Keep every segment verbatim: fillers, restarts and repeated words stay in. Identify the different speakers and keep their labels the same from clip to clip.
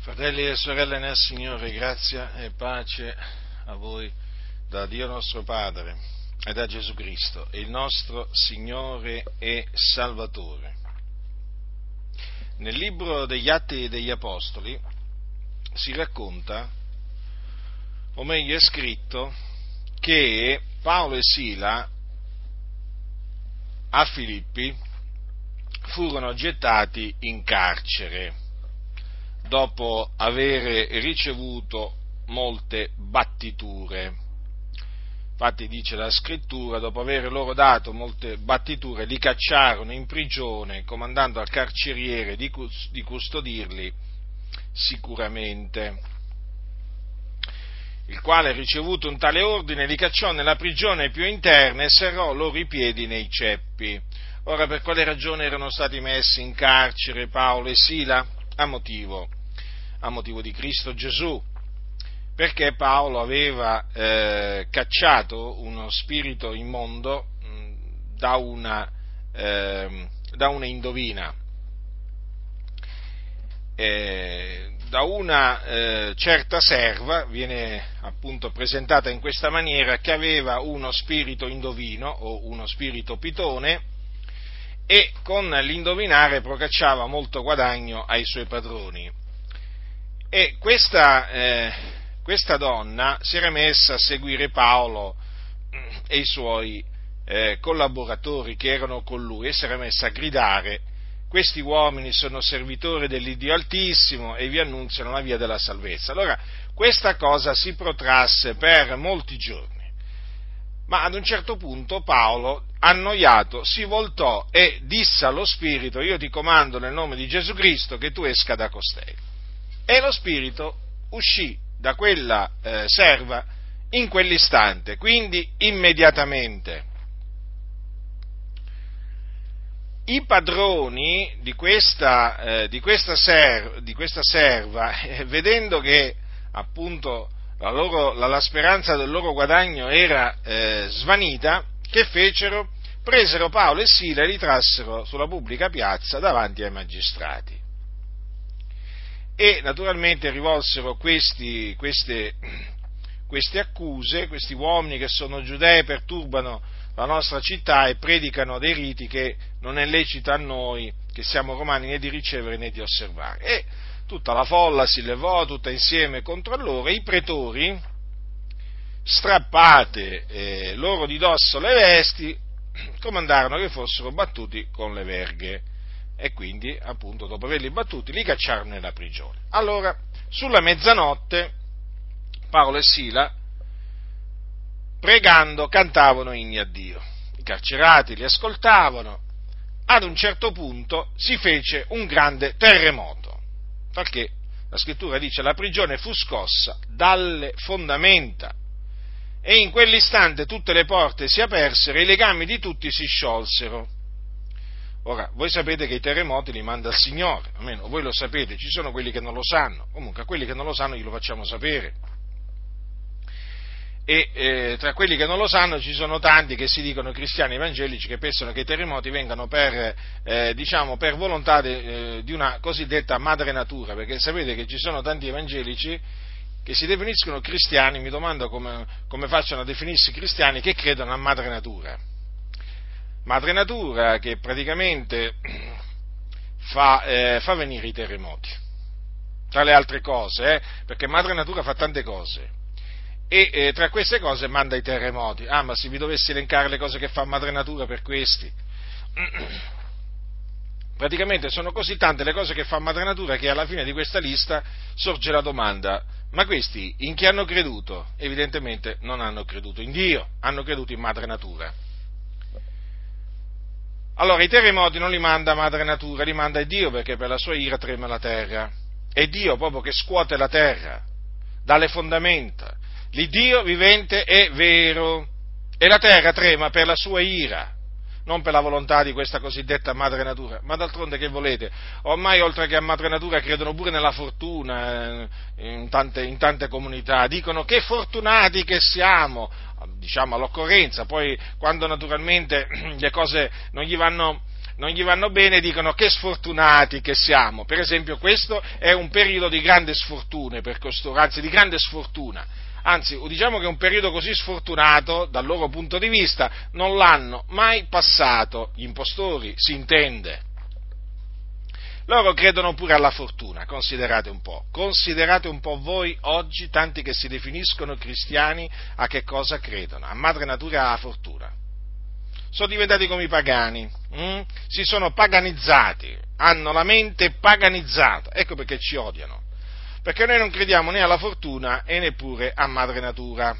Speaker 1: Fratelli e sorelle nel Signore, grazia e pace a voi da Dio nostro Padre e da Gesù Cristo, il nostro Signore e Salvatore. Nel libro degli Atti degli Apostoli si racconta, o meglio è scritto, che Paolo e Sila a Filippi furono gettati in carcere dopo aver ricevuto molte battiture. Infatti dice la scrittura, dopo aver loro dato molte battiture, li cacciarono in prigione, comandando al carceriere di, cus- di custodirli sicuramente, il quale, ricevuto un tale ordine, li cacciò nella prigione più interna e serrò loro i piedi nei ceppi. Ora, per quale ragione erano stati messi in carcere Paolo e Sila? A motivo, a motivo di Cristo Gesù, perché Paolo aveva eh, cacciato uno spirito immondo mh, da una, eh, da una indovina, eh, da una eh, certa serva, viene appunto presentata in questa maniera, che aveva uno spirito indovino o uno spirito pitone, e con l'indovinare procacciava molto guadagno ai suoi padroni. E questa, eh, questa donna si era messa a seguire Paolo e i suoi eh, collaboratori che erano con lui, e si era messa a gridare: questi uomini sono servitori dell'Iddio Altissimo e vi annunziano la via della salvezza. Allora, questa cosa si protrasse per molti giorni. Ma ad un certo punto Paolo, annoiato, si voltò e disse allo spirito: io ti comando nel nome di Gesù Cristo che tu esca da costei. E lo spirito uscì da quella eh, serva in quell'istante, quindi immediatamente. I padroni di questa, eh, di questa, ser- di questa serva, eh, vedendo che appunto La, loro, la, la speranza del loro guadagno era eh, svanita, che fecero? Presero Paolo e Sila e li trassero sulla pubblica piazza davanti ai magistrati. E naturalmente rivolsero questi, queste, queste accuse, questi uomini che sono giudei, perturbano la nostra città e predicano dei riti che non è lecito a noi, che siamo romani, né di ricevere né di osservare. E tutta la folla si levò tutta insieme contro loro, e i pretori, strappate eh, loro di dosso le vesti, comandarono che fossero battuti con le verghe, e quindi, appunto, dopo averli battuti, li cacciarono nella prigione. Allora, sulla mezzanotte, Paolo e Sila, pregando, cantavano inni a Dio. I carcerati li ascoltavano. Ad un certo punto si fece un grande terremoto, perché la scrittura dice: la prigione fu scossa dalle fondamenta, e in quell'istante tutte le porte si apersero e i legami di tutti si sciolsero. Ora, voi sapete che i terremoti li manda il Signore, almeno voi lo sapete, ci sono quelli che non lo sanno, comunque a quelli che non lo sanno glielo facciamo sapere. E eh, tra quelli che non lo sanno ci sono tanti che si dicono cristiani evangelici, che pensano che i terremoti vengano per, eh, diciamo, per volontà de, eh, di una cosiddetta madre natura, perché sapete che ci sono tanti evangelici che si definiscono cristiani, mi domando come, come facciano a definirsi cristiani, che credono a madre natura. Madre natura che praticamente fa, eh, fa venire i terremoti, tra le altre cose, eh, perché madre natura fa tante cose. E eh, tra queste cose manda i terremoti. Ah, ma se vi dovessi elencare le cose che fa madre natura per questi, praticamente sono così tante le cose che fa madre natura che alla fine di questa lista sorge la domanda: ma questi in chi hanno creduto? Evidentemente non hanno creduto in Dio, hanno creduto in madre natura. Allora, i terremoti non li manda madre natura, li manda Dio, perché per la sua ira trema la terra. È Dio proprio che scuote la terra dalle fondamenta. L'Iddio vivente è vero, e la terra trema per la sua ira, non per la volontà di questa cosiddetta madre natura. Ma d'altronde che volete? Ormai oltre che a madre natura credono pure nella fortuna in tante, in tante comunità, dicono che fortunati che siamo, diciamo all'occorrenza, poi quando naturalmente le cose non gli vanno non gli vanno bene, dicono che sfortunati che siamo. Per esempio questo è un periodo di grande sfortuna per costoro, anzi di grande sfortuna, anzi diciamo che un periodo così sfortunato dal loro punto di vista non l'hanno mai passato, gli impostori, si intende. Loro credono pure alla fortuna, considerate un po', considerate un po' voi oggi, tanti che si definiscono cristiani, a che cosa credono? A madre natura e alla fortuna. Sono diventati come i pagani, hm? si sono paganizzati, hanno la mente paganizzata, ecco perché ci odiano, perché noi non crediamo né alla fortuna e neppure a madre natura.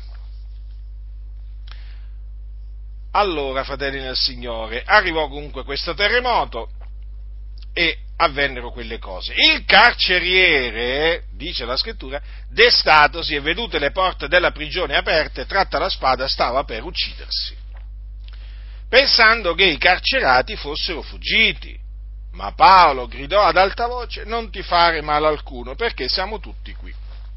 Speaker 1: Allora, fratelli nel Signore, arrivò comunque questo terremoto e avvennero quelle cose. Il carceriere, dice la scrittura, destatosi e vedute le porte della prigione aperte, tratta la spada, stava per uccidersi, pensando che i carcerati fossero fuggiti. Ma Paolo gridò ad alta voce: non ti fare male alcuno, perché siamo tutti qui.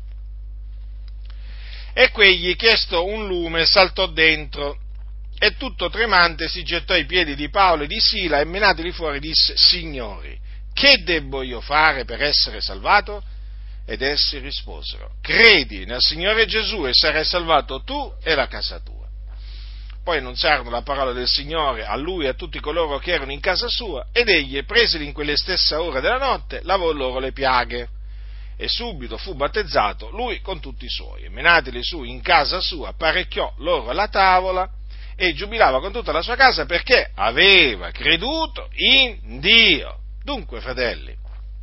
Speaker 1: E quegli, chiesto un lume, saltò dentro e tutto tremante si gettò ai piedi di Paolo e di Sila e menateli fuori disse: Signori, che debbo io fare per essere salvato? Ed essi risposero: credi nel Signore Gesù e sarai salvato tu e la casa tua. Poi annunziarono la parola del Signore a lui e a tutti coloro che erano in casa sua, ed egli, presili in quelle stesse ore della notte, lavò loro le piaghe. E subito fu battezzato lui con tutti i suoi, e menateli su in casa sua, apparecchiò loro la tavola e giubilava con tutta la sua casa perché aveva creduto in Dio. Dunque, fratelli,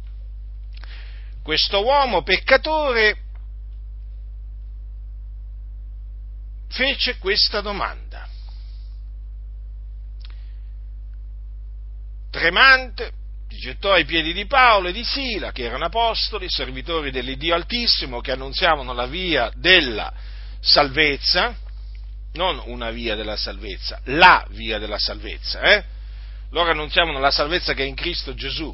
Speaker 1: questo uomo peccatore fece questa domanda. Tremante, si gettò ai piedi di Paolo e di Sila, che erano apostoli, servitori dell'Iddio Altissimo, che annunziavano la via della salvezza, non una via della salvezza, la via della salvezza, eh? Loro annunziavano la salvezza che è in Cristo Gesù,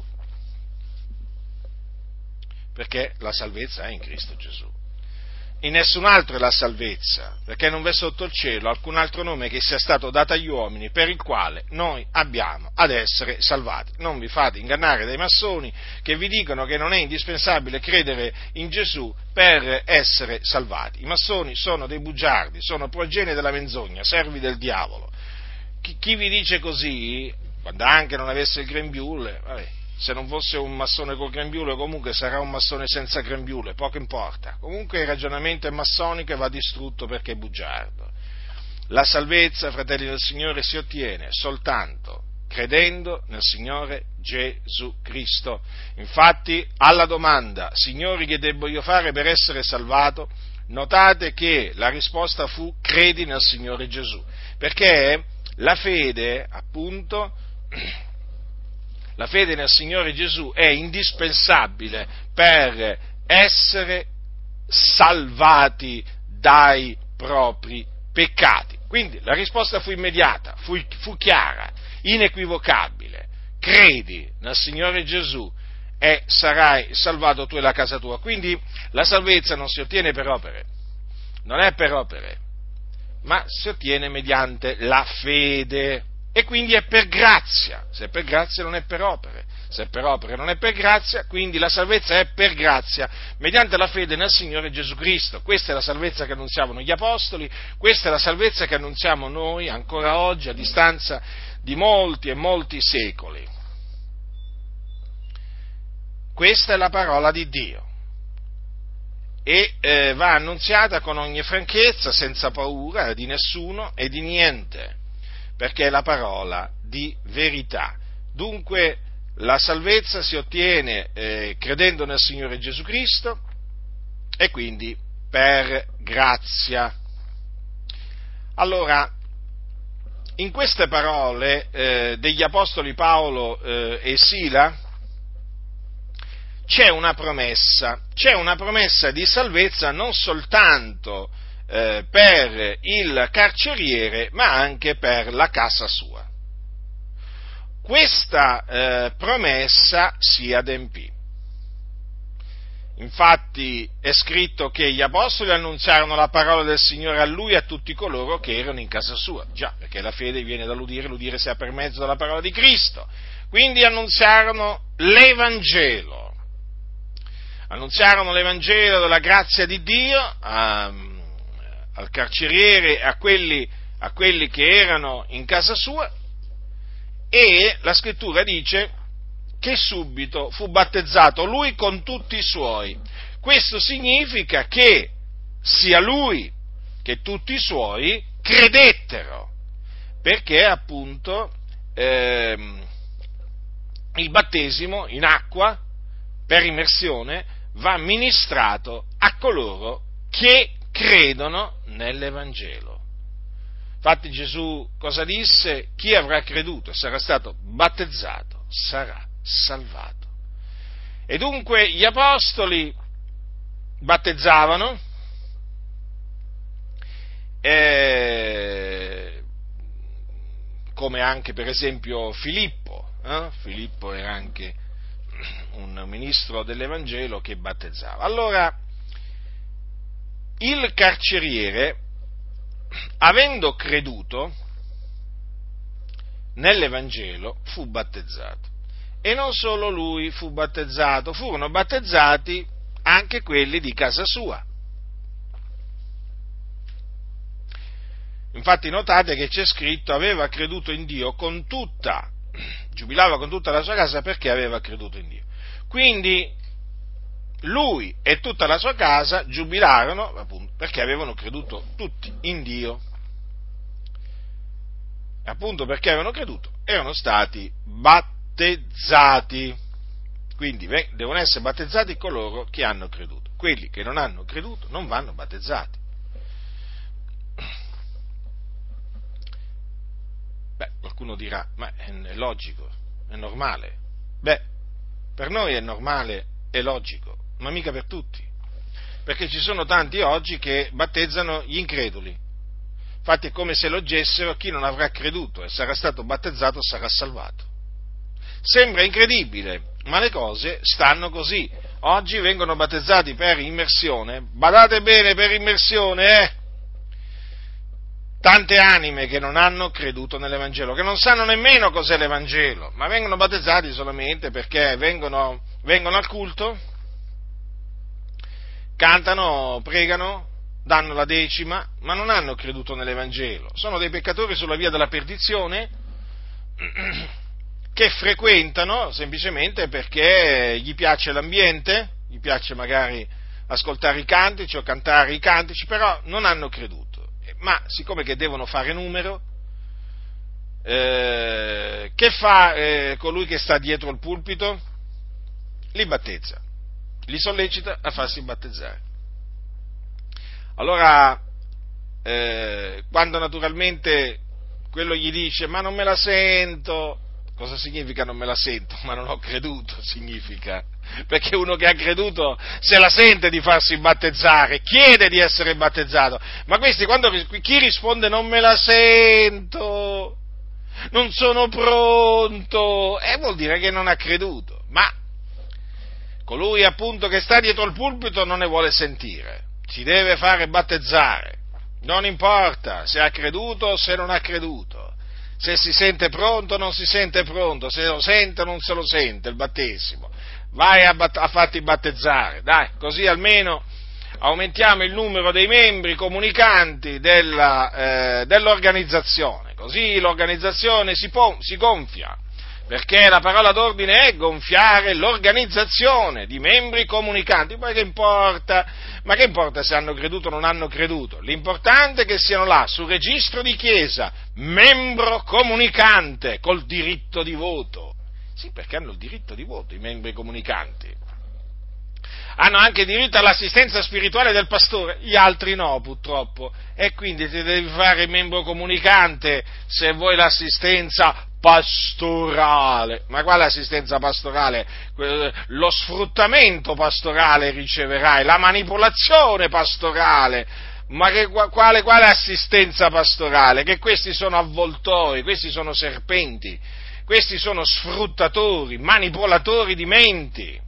Speaker 1: perché la salvezza è in Cristo Gesù. In nessun altro è la salvezza, perché non v'è sotto il cielo alcun altro nome che sia stato dato agli uomini per il quale noi abbiamo ad essere salvati. Non vi fate ingannare dai massoni che vi dicono che non è indispensabile credere in Gesù per essere salvati. I massoni sono dei bugiardi, sono progenie della menzogna, servi del diavolo. Chi, chi vi dice così, quando anche non avesse il grembiule, vabbè, se non fosse un massone col grembiule, comunque sarà un massone senza grembiule, poco importa. Comunque il ragionamento è massonico e va distrutto perché è bugiardo. La salvezza, fratelli del Signore, si ottiene soltanto credendo nel Signore Gesù Cristo. Infatti, alla domanda, Signori, che debbo io fare per essere salvato? Notate che la risposta fu: credi nel Signore Gesù, perché la fede, appunto, la fede nel Signore Gesù è indispensabile per essere salvati dai propri peccati. Quindi la risposta fu immediata, fu, fu chiara, inequivocabile. Credi nel Signore Gesù e sarai salvato tu e la casa tua. Quindi la salvezza non si ottiene per opere, non è per opere, ma si ottiene mediante la fede. E quindi è per grazia, se è per grazia non è per opere, se è per opere non è per grazia, quindi la salvezza è per grazia, mediante la fede nel Signore Gesù Cristo. Questa è la salvezza che annunziavano gli Apostoli, questa è la salvezza che annunziamo noi ancora oggi a distanza di molti e molti secoli. Questa è la parola di Dio e eh, va annunziata con ogni franchezza, senza paura di nessuno e di niente, perché è la parola di verità. Dunque la salvezza si ottiene eh, credendo nel Signore Gesù Cristo e quindi per grazia. Allora, in queste parole eh, degli Apostoli Paolo eh, e Sila c'è una promessa, c'è una promessa di salvezza non soltanto Eh, per il carceriere, ma anche per la casa sua. Questa eh, promessa si adempì. Infatti è scritto che gli apostoli annunziarono la parola del Signore a lui e a tutti coloro che erano in casa sua. Già, perché la fede viene dall'udire, l'udire sia per mezzo della parola di Cristo. Quindi annunziarono l'Evangelo. Annunziarono l'Evangelo della grazia di Dio a, al carceriere e a quelli, a quelli che erano in casa sua, e la Scrittura dice che subito fu battezzato lui con tutti i suoi. Questo significa che sia lui che tutti i suoi credettero, perché appunto ehm, il battesimo in acqua per immersione va ministrato a coloro che credono nell'Evangelo. Infatti Gesù cosa disse? Chi avrà creduto e sarà stato battezzato sarà salvato. E dunque gli apostoli battezzavano, eh, come anche per esempio Filippo, eh? Filippo era anche un ministro dell'Evangelo che battezzava. Allora, il carceriere, avendo creduto nell'Evangelo, fu battezzato. E non solo lui fu battezzato, furono battezzati anche quelli di casa sua. Infatti notate che c'è scritto: aveva creduto in Dio con tutta, giubilava con tutta la sua casa perché aveva creduto in Dio. Quindi lui e tutta la sua casa giubilarono appunto perché avevano creduto tutti in Dio. E appunto perché avevano creduto erano stati battezzati. Quindi devono essere battezzati coloro che hanno creduto. Quelli che non hanno creduto non vanno battezzati. Beh, qualcuno dirà, ma è logico, è normale. Beh, per noi è normale, è logico, ma mica per tutti. Perché ci sono tanti oggi che battezzano gli increduli. Infatti è come se loggessero: chi non avrà creduto e sarà stato battezzato sarà salvato. Sembra incredibile, ma le cose stanno così. Oggi vengono battezzati per immersione, badate bene, per immersione, eh! Tante anime che non hanno creduto nell'Evangelo, che non sanno nemmeno cos'è l'Evangelo, ma vengono battezzati solamente perché vengono, vengono al culto, cantano, pregano, danno la decima, ma non hanno creduto nell'Evangelo. Sono dei peccatori sulla via della perdizione che frequentano semplicemente perché gli piace l'ambiente, gli piace magari ascoltare i cantici o cantare i cantici, però non hanno creduto. Ma siccome che devono fare numero, eh, che fa eh, colui che sta dietro il pulpito? Li battezza, li sollecita a farsi battezzare. Allora, eh, quando naturalmente quello gli dice: ma non me la sento, cosa significa non me la sento? Ma non ho creduto, significa. Perché uno che ha creduto se la sente di farsi battezzare, chiede di essere battezzato, ma questi quando chi risponde non me la sento, non sono pronto, eh, vuol dire che non ha creduto. Ma colui appunto che sta dietro il pulpito non ne vuole sentire, si deve fare battezzare, non importa se ha creduto o se non ha creduto, se si sente pronto o non si sente pronto, se lo sente o non se lo sente il battesimo. Vai a, bat- a farti battezzare, dai, così almeno aumentiamo il numero dei membri comunicanti della, eh, dell'organizzazione, così l'organizzazione si, po- si gonfia, perché la parola d'ordine è gonfiare l'organizzazione di membri comunicanti. Poi che importa? Ma che importa se hanno creduto o non hanno creduto? L'importante è che siano là, sul registro di chiesa, membro comunicante, col diritto di voto. Sì, perché hanno il diritto di voto i membri comunicanti. Hanno anche diritto all'assistenza spirituale del pastore, gli altri no, purtroppo. E quindi ti devi fare membro comunicante se vuoi l'assistenza pastorale. Ma quale assistenza pastorale? Lo sfruttamento pastorale riceverai, la manipolazione pastorale. Ma che, quale, quale assistenza pastorale? Che questi sono avvoltoi, questi sono serpenti. Questi sono sfruttatori, manipolatori di menti.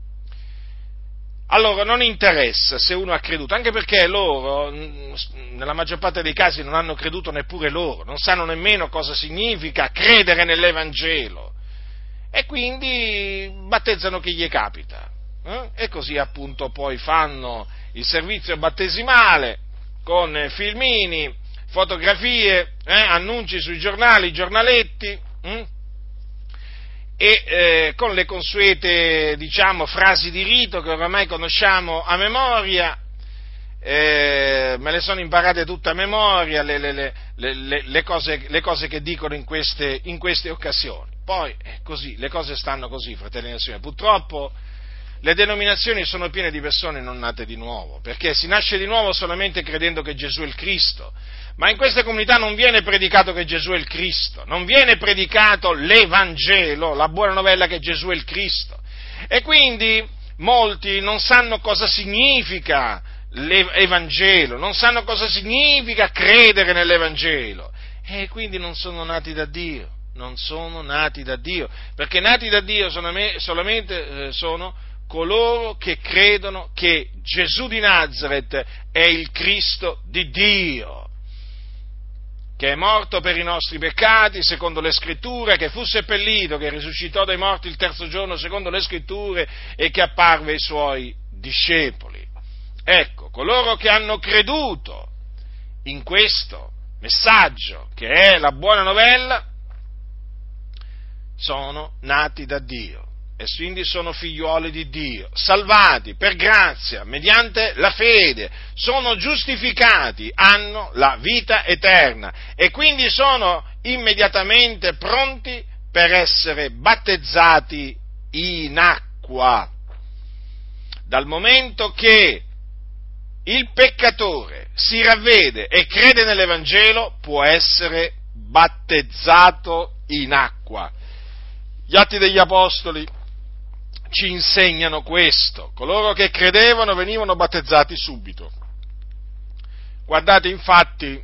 Speaker 1: A loro non interessa se uno ha creduto, anche perché loro, nella maggior parte dei casi, non hanno creduto neppure loro, non sanno nemmeno cosa significa credere nell'Evangelo. e quindi battezzano chi gli capita, eh? E così appunto poi fanno il servizio battesimale con filmini, fotografie, eh? annunci sui giornali, giornaletti, hm? e eh, con le consuete, diciamo, frasi di rito che oramai conosciamo a memoria. Eh, me le sono imparate tutte a memoria, le, le, le, le, le, cose, le cose che dicono in queste, in queste occasioni. Poi è così, le cose stanno così, fratelli del Signore. Purtroppo le denominazioni sono piene di persone non nate di nuovo, perché si nasce di nuovo solamente credendo che Gesù è il Cristo, ma in queste comunità non viene predicato che Gesù è il Cristo, non viene predicato l'Evangelo, la buona novella che Gesù è il Cristo, e quindi molti non sanno cosa significa l'Evangelo, non sanno cosa significa credere nell'Evangelo, e quindi non sono nati da Dio, non sono nati da Dio, perché nati da Dio solamente sono coloro che credono che Gesù di Nazaret è il Cristo di Dio, che è morto per i nostri peccati, secondo le Scritture, che fu seppellito, che risuscitò dai morti il terzo giorno, secondo le Scritture, e che apparve ai suoi discepoli. Ecco, coloro che hanno creduto in questo messaggio, che è la buona novella, sono nati da Dio e quindi sono figliuoli di Dio, salvati per grazia, mediante la fede, sono giustificati, hanno la vita eterna e quindi sono immediatamente pronti per essere battezzati in acqua. Dal momento che il peccatore si ravvede e crede nell'Evangelo, può essere battezzato in acqua. Gli Atti degli Apostoli ci insegnano questo. Coloro che credevano venivano battezzati subito. Guardate infatti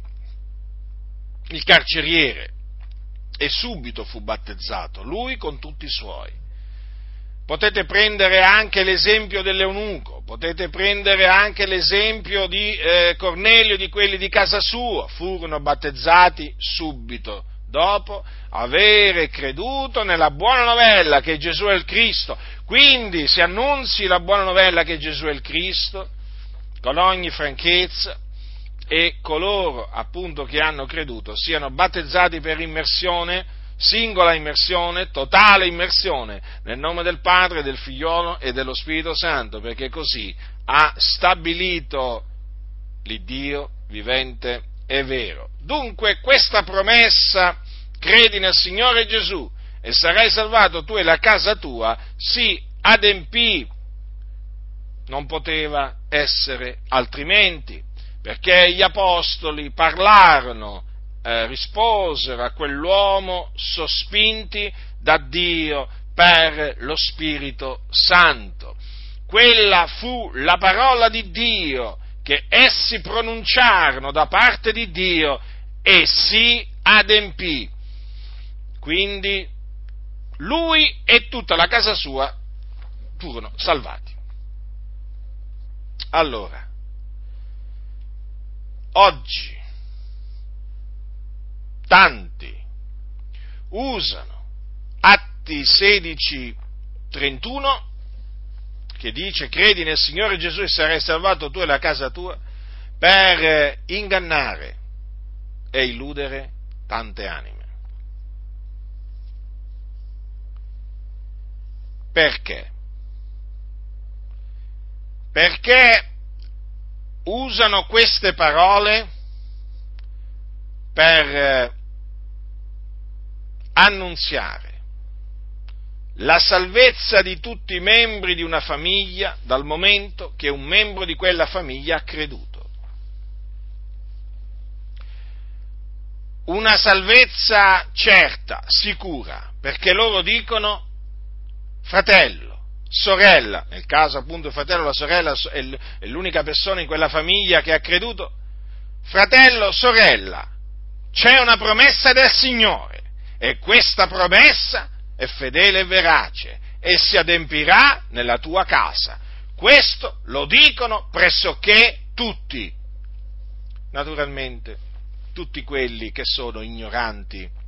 Speaker 1: il carceriere, e subito fu battezzato, lui con tutti i suoi. Potete prendere anche l'esempio dell'eunuco, potete prendere anche l'esempio di eh, Cornelio, di quelli di casa sua, furono battezzati subito, dopo avere creduto nella buona novella che Gesù è il Cristo. Quindi si annunzi la buona novella che Gesù è il Cristo con ogni franchezza, e coloro appunto che hanno creduto siano battezzati per immersione, singola immersione, totale immersione, nel nome del Padre, del Figliolo e dello Spirito Santo, perché così ha stabilito l'Iddio vivente e vero. Dunque questa promessa, credi nel Signore Gesù e sarai salvato tu e la casa tua, si adempì, non poteva essere altrimenti, perché gli apostoli parlarono, eh, risposero a quell'uomo sospinti da Dio per lo Spirito Santo. Quella fu la parola di Dio che essi pronunciarono da parte di Dio e si adempì. Quindi lui e tutta la casa sua furono salvati. Allora, oggi tanti usano Atti sedici trentuno, che dice credi nel Signore Gesù e sarai salvato tu e la casa tua, per ingannare e illudere tante anime. Perché? Perché usano queste parole per annunziare la salvezza di tutti i membri di una famiglia dal momento che un membro di quella famiglia ha creduto. Una salvezza certa, sicura, perché loro dicono fratello, sorella, nel caso appunto il fratello o la sorella è l'unica persona in quella famiglia che ha creduto, fratello, sorella, c'è una promessa del Signore e questa promessa è fedele e verace e si adempirà nella tua casa. Questo lo dicono pressoché tutti. Naturalmente, tutti quelli che sono ignoranti,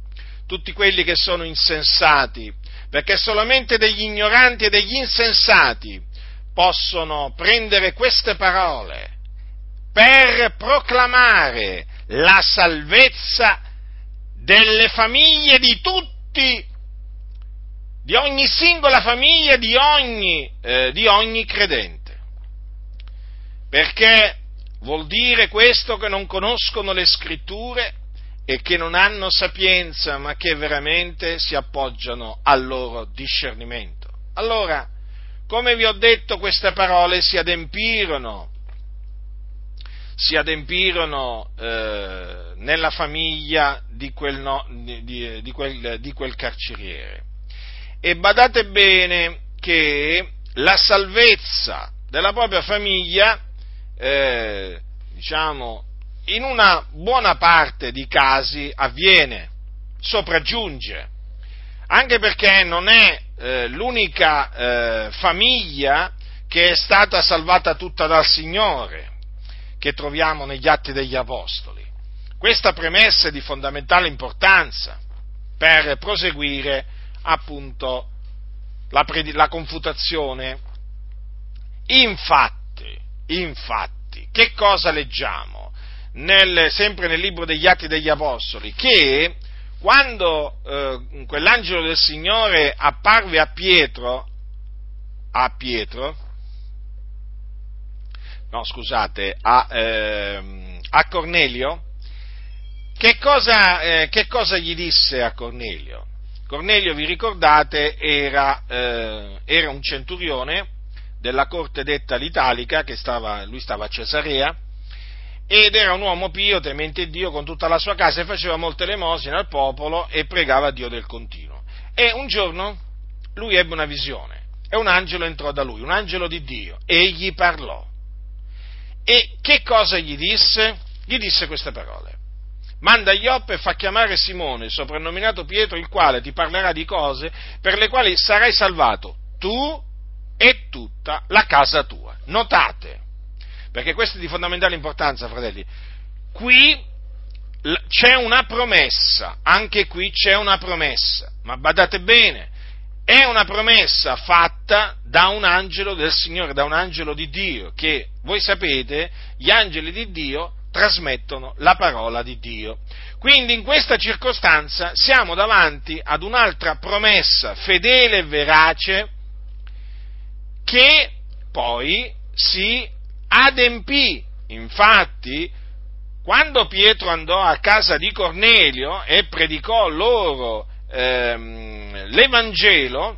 Speaker 1: tutti quelli che sono insensati, perché solamente degli ignoranti e degli insensati possono prendere queste parole per proclamare la salvezza delle famiglie di tutti, di ogni singola famiglia, di ogni, eh, di ogni credente. Perché vuol dire questo che non conoscono le Scritture e che non hanno sapienza, ma che veramente si appoggiano al loro discernimento. Allora, come vi ho detto, queste parole si adempirono, si adempirono eh, nella famiglia di quel, no, di, di, quel, di quel carceriere. E badate bene che la salvezza della propria famiglia, eh, diciamo, in una buona parte di casi avviene, sopraggiunge, anche perché non è eh, l'unica eh, famiglia che è stata salvata tutta dal Signore, che troviamo negli Atti degli Apostoli. Questa premessa è di fondamentale importanza per proseguire appunto la, pred- la confutazione. Infatti, infatti, che cosa leggiamo? Nel, sempre nel libro degli Atti degli Apostoli, che quando eh, quell'angelo del Signore apparve a Pietro, a Pietro, no scusate, a, eh, a Cornelio, che cosa, eh, che cosa gli disse a Cornelio? Cornelio, vi ricordate, era, eh, era un centurione della corte detta l'Italica, che stava, lui stava a Cesarea, ed era un uomo pio, temente Dio con tutta la sua casa, e faceva molte elemosine al popolo e pregava Dio del continuo. E un giorno lui ebbe una visione, e un angelo entrò da lui, un angelo di Dio, e gli parlò. E che cosa gli disse? Gli disse queste parole: manda Ioppe e fa chiamare Simone, soprannominato Pietro, il quale ti parlerà di cose per le quali sarai salvato, tu e tutta la casa tua. Notate, perché questo è di fondamentale importanza, fratelli, qui c'è una promessa, anche qui c'è una promessa, ma badate bene, è una promessa fatta da un angelo del Signore, da un angelo di Dio, che voi sapete, gli angeli di Dio trasmettono la parola di Dio. Quindi in questa circostanza siamo davanti ad un'altra promessa fedele e verace che poi si adempì. Infatti, quando Pietro andò a casa di Cornelio e predicò loro ehm, l'Evangelo,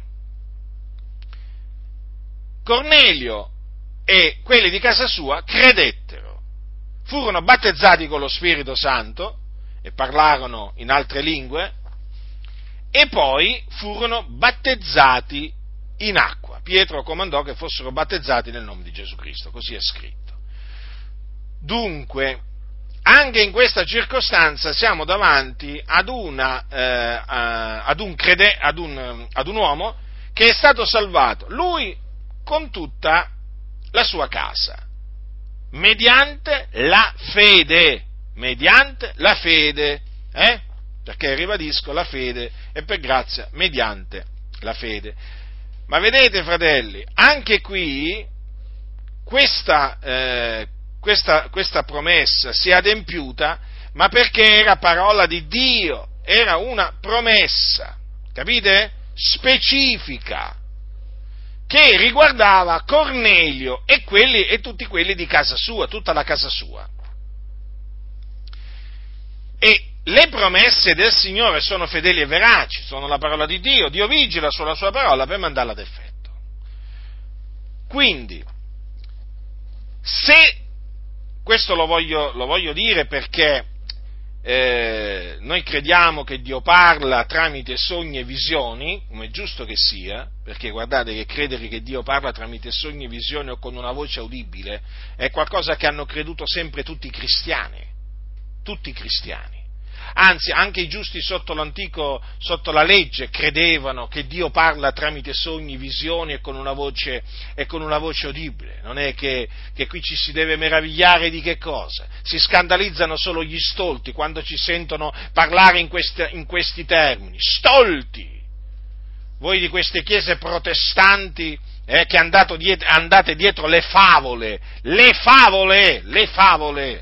Speaker 1: Cornelio e quelli di casa sua credettero, furono battezzati con lo Spirito Santo e parlarono in altre lingue, e poi furono battezzati in acqua. Pietro comandò che fossero battezzati nel nome di Gesù Cristo, così è scritto. Dunque, anche in questa circostanza siamo davanti ad, una, eh, ad, un crede, ad, un, ad un uomo che è stato salvato, lui con tutta la sua casa, mediante la fede, mediante la fede, eh? Perché ribadisco, la fede è per grazia mediante la fede. Ma vedete, fratelli, anche qui questa, eh, questa, questa promessa si è adempiuta, ma perché era parola di Dio, era una promessa, capite? Specifica, che riguardava Cornelio e, quelli, e tutti quelli di casa sua, tutta la casa sua. E le promesse del Signore sono fedeli e veraci, sono la parola di Dio, Dio vigila sulla sua parola per mandarla ad effetto. Quindi, se, questo lo voglio, lo voglio dire perché eh, noi crediamo che Dio parla tramite sogni e visioni, come è giusto che sia, perché guardate che credere che Dio parla tramite sogni e visioni o con una voce udibile è qualcosa che hanno creduto sempre tutti i cristiani, tutti i cristiani. Anzi, anche i giusti sotto l'antico, sotto la legge, credevano che Dio parla tramite sogni, visioni e con una voce, e con una voce udibile. Non è che, che qui ci si deve meravigliare di che cosa. Si scandalizzano solo gli stolti quando ci sentono parlare in, queste, in questi termini. Stolti! Voi di queste chiese protestanti eh, che andate dietro, andate dietro le favole, le favole, le favole.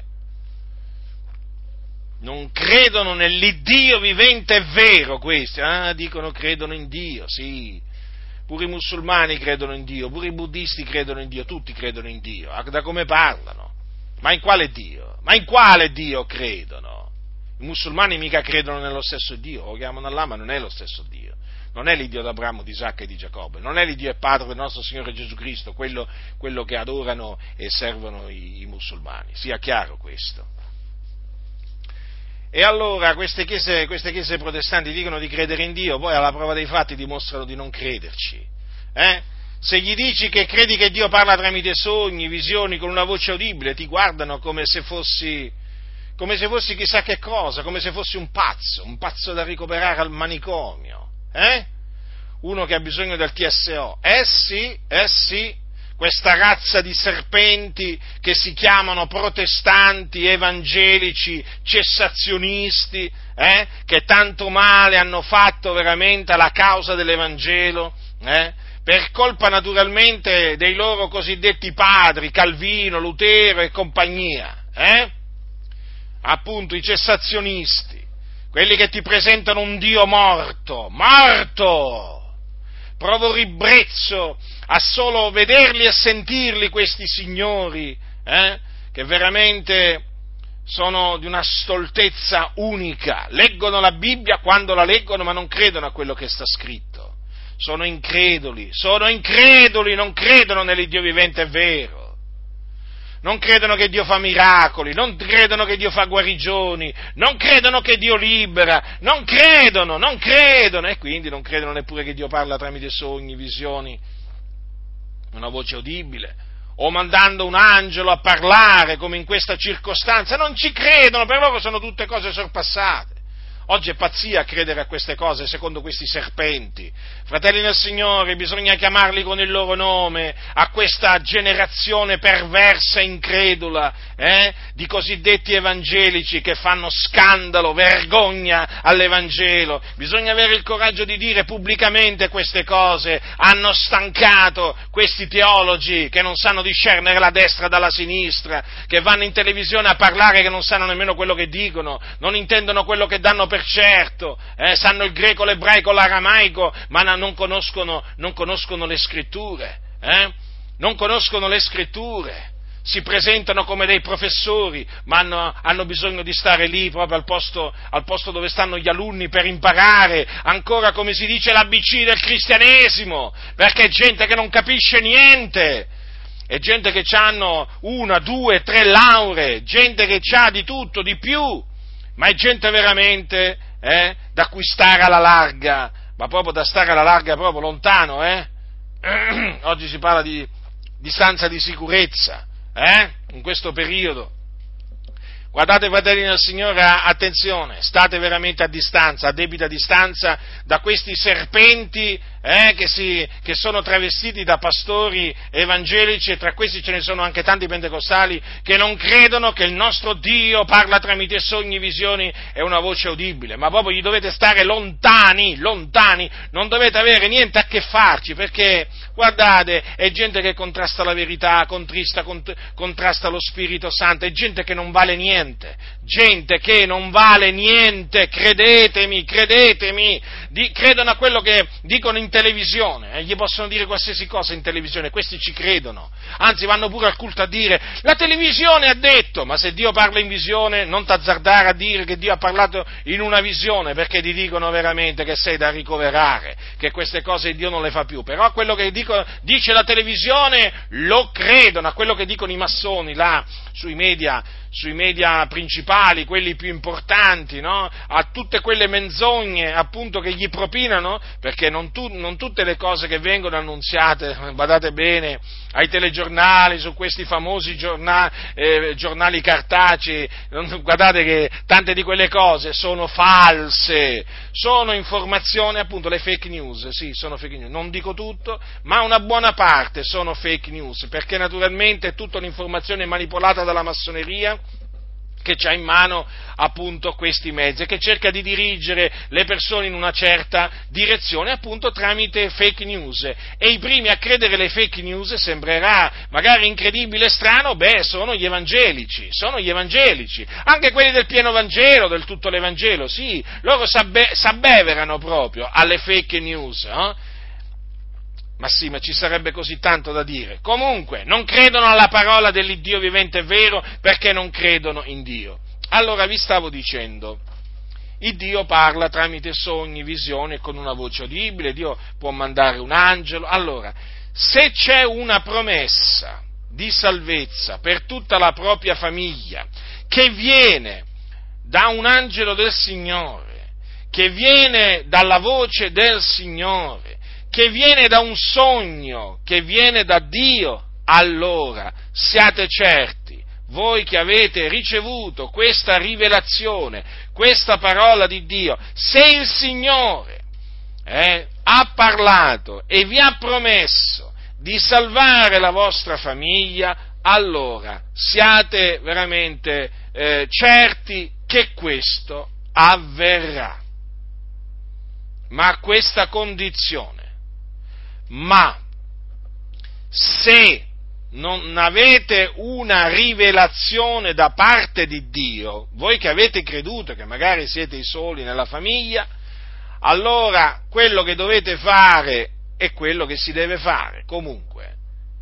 Speaker 1: Non credono nell'Iddio vivente e vero questi, ah, dicono credono in Dio, sì, pure i musulmani credono in Dio, pure i buddisti credono in Dio, tutti credono in Dio, da come parlano, ma in quale Dio? Ma in quale Dio credono? I musulmani mica credono nello stesso Dio, lo chiamano Allah, ma non è lo stesso Dio, non è l'Iddio di Abramo, di Isacco e di Giacobbe, non è l'Iddio e Padre del nostro Signore Gesù Cristo, quello, quello che adorano e servono i, i musulmani, sia chiaro questo. E allora queste chiese, queste chiese protestanti dicono di credere in Dio, poi alla prova dei fatti dimostrano di non crederci. Eh? Se gli dici che credi che Dio parla tramite sogni, visioni, con una voce udibile, ti guardano come se fossi, come se fossi chissà che cosa, come se fossi un pazzo, un pazzo da ricoverare al manicomio. Eh? Uno che ha bisogno del T S O. Eh sì, eh sì. Questa razza di serpenti che si chiamano protestanti, evangelici, cessazionisti, eh, che tanto male hanno fatto veramente alla causa dell'Evangelo, eh, per colpa naturalmente dei loro cosiddetti padri, Calvino, Lutero e compagnia, eh, appunto i cessazionisti, quelli che ti presentano un Dio morto, morto! Provo ribrezzo a solo vederli e sentirli questi signori, eh, che veramente sono di una stoltezza unica. Leggono la Bibbia quando la leggono, ma non credono a quello che sta scritto. Sono increduli, sono increduli, non credono nell'Iddio vivente e vero. Non credono che Dio fa miracoli, non credono che Dio fa guarigioni, non credono che Dio libera, non credono, non credono, e quindi non credono neppure che Dio parla tramite sogni, visioni, una voce udibile, o mandando un angelo a parlare, come in questa circostanza. Non ci credono, per loro sono tutte cose sorpassate. Oggi è pazzia credere a queste cose secondo questi serpenti. Fratelli del Signore, bisogna chiamarli con il loro nome a questa generazione perversa e incredula, eh, di cosiddetti evangelici che fanno scandalo, vergogna all'Evangelo. Bisogna avere il coraggio di dire pubblicamente queste cose. Hanno stancato questi teologi che non sanno discernere la destra dalla sinistra, che vanno in televisione a parlare che non sanno nemmeno quello che dicono, non intendono quello che danno per per certo, eh, sanno il greco, l'ebraico, l'aramaico, ma non conoscono, non conoscono le scritture, eh? non conoscono le scritture, si presentano come dei professori, ma hanno, hanno bisogno di stare lì proprio al posto, al posto dove stanno gli alunni per imparare ancora, come si dice, l'A B C del cristianesimo, perché è gente che non capisce niente. È gente che hanno una, due, tre lauree, gente che ha di tutto, di più, ma è gente veramente eh, da cui stare alla larga, ma proprio da stare alla larga, proprio lontano, eh? Oggi si parla di distanza di sicurezza, eh? In questo periodo. Guardate, fratelli del Signore, attenzione, state veramente a distanza, a debita distanza da questi serpenti eh, che, si, che sono travestiti da pastori evangelici, e tra questi ce ne sono anche tanti pentecostali che non credono che il nostro Dio parla tramite sogni, visioni e una voce udibile, ma proprio gli dovete stare lontani, lontani, non dovete avere niente a che farci, perché, guardate, è gente che contrasta la verità, contrista, cont- contrasta lo Spirito Santo, è gente che non vale niente. Gente che non vale niente, credetemi, credetemi, di, credono a quello che dicono in televisione, eh, gli possono dire qualsiasi cosa in televisione, questi ci credono, anzi vanno pure al culto a dire, la televisione ha detto, ma se Dio parla in visione non t'azzardare a dire che Dio ha parlato in una visione, perché ti dicono veramente che sei da ricoverare, che queste cose Dio non le fa più, però a quello che dico, dice la televisione lo credono, a quello che dicono i massoni là sui media, sui media principali, quelli più importanti, no? A tutte quelle menzogne appunto che gli propinano, perché non, tu, non tutte le cose che vengono annunziate, badate bene, ai telegiornali, su questi famosi giornali, eh, giornali cartacei, guardate che tante di quelle cose sono false, sono informazioni, appunto, le fake news, sì, sono fake news, non dico tutto, ma una buona parte sono fake news, perché naturalmente è tutta un'informazione manipolata dalla massoneria, che ha in mano appunto questi mezzi, che cerca di dirigere le persone in una certa direzione appunto tramite fake news, e i primi a credere le fake news, sembrerà magari incredibile e strano, beh, sono gli evangelici, sono gli evangelici, anche quelli del pieno Vangelo, del tutto l'Evangelo, sì, loro s'abbe- s'abbeverano proprio alle fake news, eh? Ma sì, ma ci sarebbe così tanto da dire. Comunque, non credono alla parola dell'Iddio vivente e vero perché non credono in Dio. Allora, vi stavo dicendo, il Dio parla tramite sogni, visioni e con una voce udibile, Dio può mandare un angelo. Allora, se c'è una promessa di salvezza per tutta la propria famiglia, che viene da un angelo del Signore, che viene dalla voce del Signore, che viene da un sogno, che viene da Dio, allora siate certi, voi che avete ricevuto questa rivelazione, questa parola di Dio, se il Signore eh, ha parlato e vi ha promesso di salvare la vostra famiglia, allora siate veramente eh, certi che questo avverrà. Ma a questa condizione, ma se non avete una rivelazione da parte di Dio, voi che avete creduto, che magari siete i soli nella famiglia, allora quello che dovete fare è quello che si deve fare, comunque,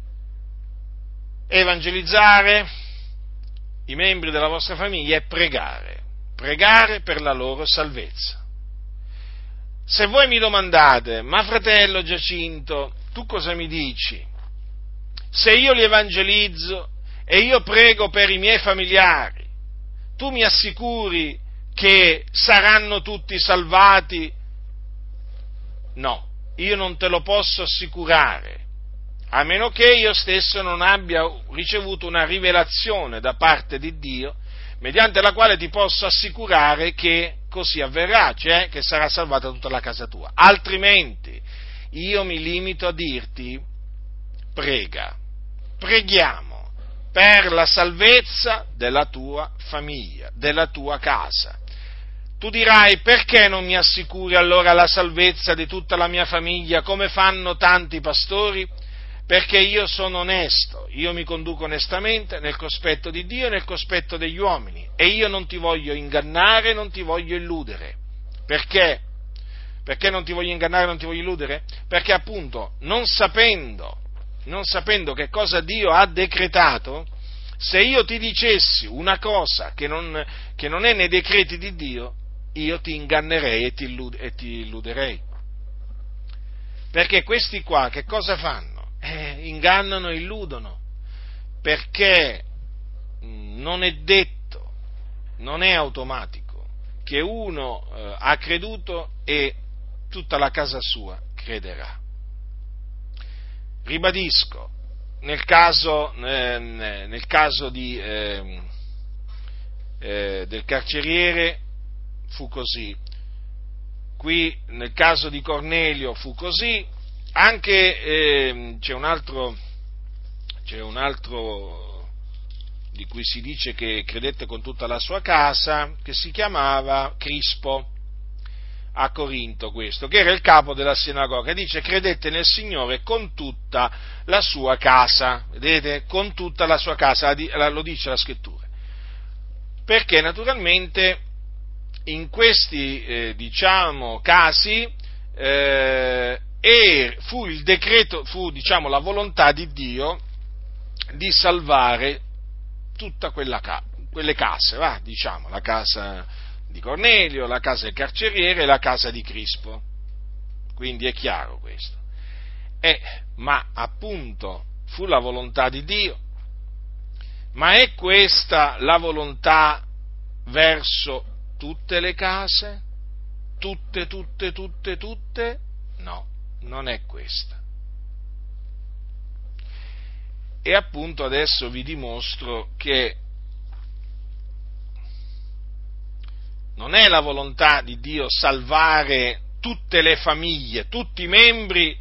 Speaker 1: evangelizzare i membri della vostra famiglia e pregare, pregare per la loro salvezza. Se voi mi domandate, ma fratello Giacinto, tu cosa mi dici? Se io li evangelizzo e io prego per i miei familiari, tu mi assicuri che saranno tutti salvati? No, io non te lo posso assicurare, a meno che io stesso non abbia ricevuto una rivelazione da parte di Dio, mediante la quale ti posso assicurare che così avverrà, cioè che sarà salvata tutta la casa tua. Altrimenti io mi limito a dirti: prega, preghiamo per la salvezza della tua famiglia, della tua casa. Tu dirai: perché non mi assicuri allora la salvezza di tutta la mia famiglia come fanno tanti pastori? Perché io sono onesto, io mi conduco onestamente nel cospetto di Dio e nel cospetto degli uomini, e io non ti voglio ingannare, non ti voglio illudere. Perché? Perché non ti voglio ingannare, non ti voglio illudere? Perché appunto, non sapendo, non sapendo che cosa Dio ha decretato, se io ti dicessi una cosa che non, che non è nei decreti di Dio, io ti ingannerei e ti, illud- e ti illuderei. Perché questi qua che cosa fanno? Eh, ingannano e illudono, perché non è detto, non è automatico che uno eh, ha creduto e tutta la casa sua crederà. Ribadisco, nel caso, eh, nel caso di, eh, eh, del carceriere fu così, qui nel caso di Cornelio fu così, anche eh, c'è un altro, c'è un altro di cui si dice che credette con tutta la sua casa, che si chiamava Crispo, a Corinto questo, che era il capo della sinagoga, dice credette nel Signore con tutta la sua casa, vedete, con tutta la sua casa, lo dice la scrittura, perché naturalmente in questi, eh, diciamo, casi, eh, e fu il decreto, fu diciamo la volontà di Dio di salvare tutta quella ca- quelle case, va, diciamo, la casa di Cornelio, la casa del carceriere e la casa di Crispo. Quindi è chiaro questo. Eh, ma appunto fu la volontà di Dio. Ma è questa la volontà verso tutte le case? Tutte, tutte, tutte, tutte? No. non è questa. E appunto adesso vi dimostro che non è la volontà di Dio salvare tutte le famiglie, tutti i membri